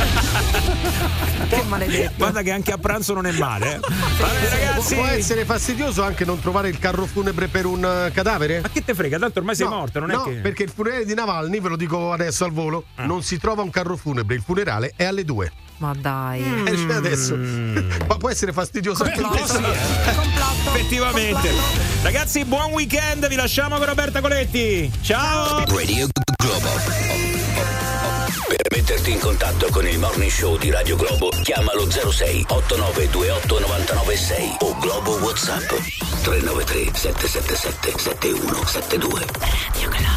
Che maledetto. Guarda che anche a pranzo non è male, eh. Vabbè, ragazzi, può essere fastidioso anche non trovare il carro funebre per un uh, cadavere? Ma che te frega, tanto ormai sei no, morto, non no, è che... perché il funerale di Navalny, ve lo dico adesso al volo, ah. non si trova un carro funebre, il funerale è alle due. Ma dai. Mm. Eh, cioè adesso. Ma può essere fastidioso anche questo. Sì, eh. Complotto. Effettivamente. Complotto. Ragazzi, buon weekend, vi lasciamo con Roberta Coletti. Ciao. Radio Globo. Per metterti in contatto con il Morning Show di Radio Globo, chiamalo zero sei otto nove due otto nove nove sei o Globo WhatsApp tre nove tre sette sette sette sette uno sette due. Radio Globo.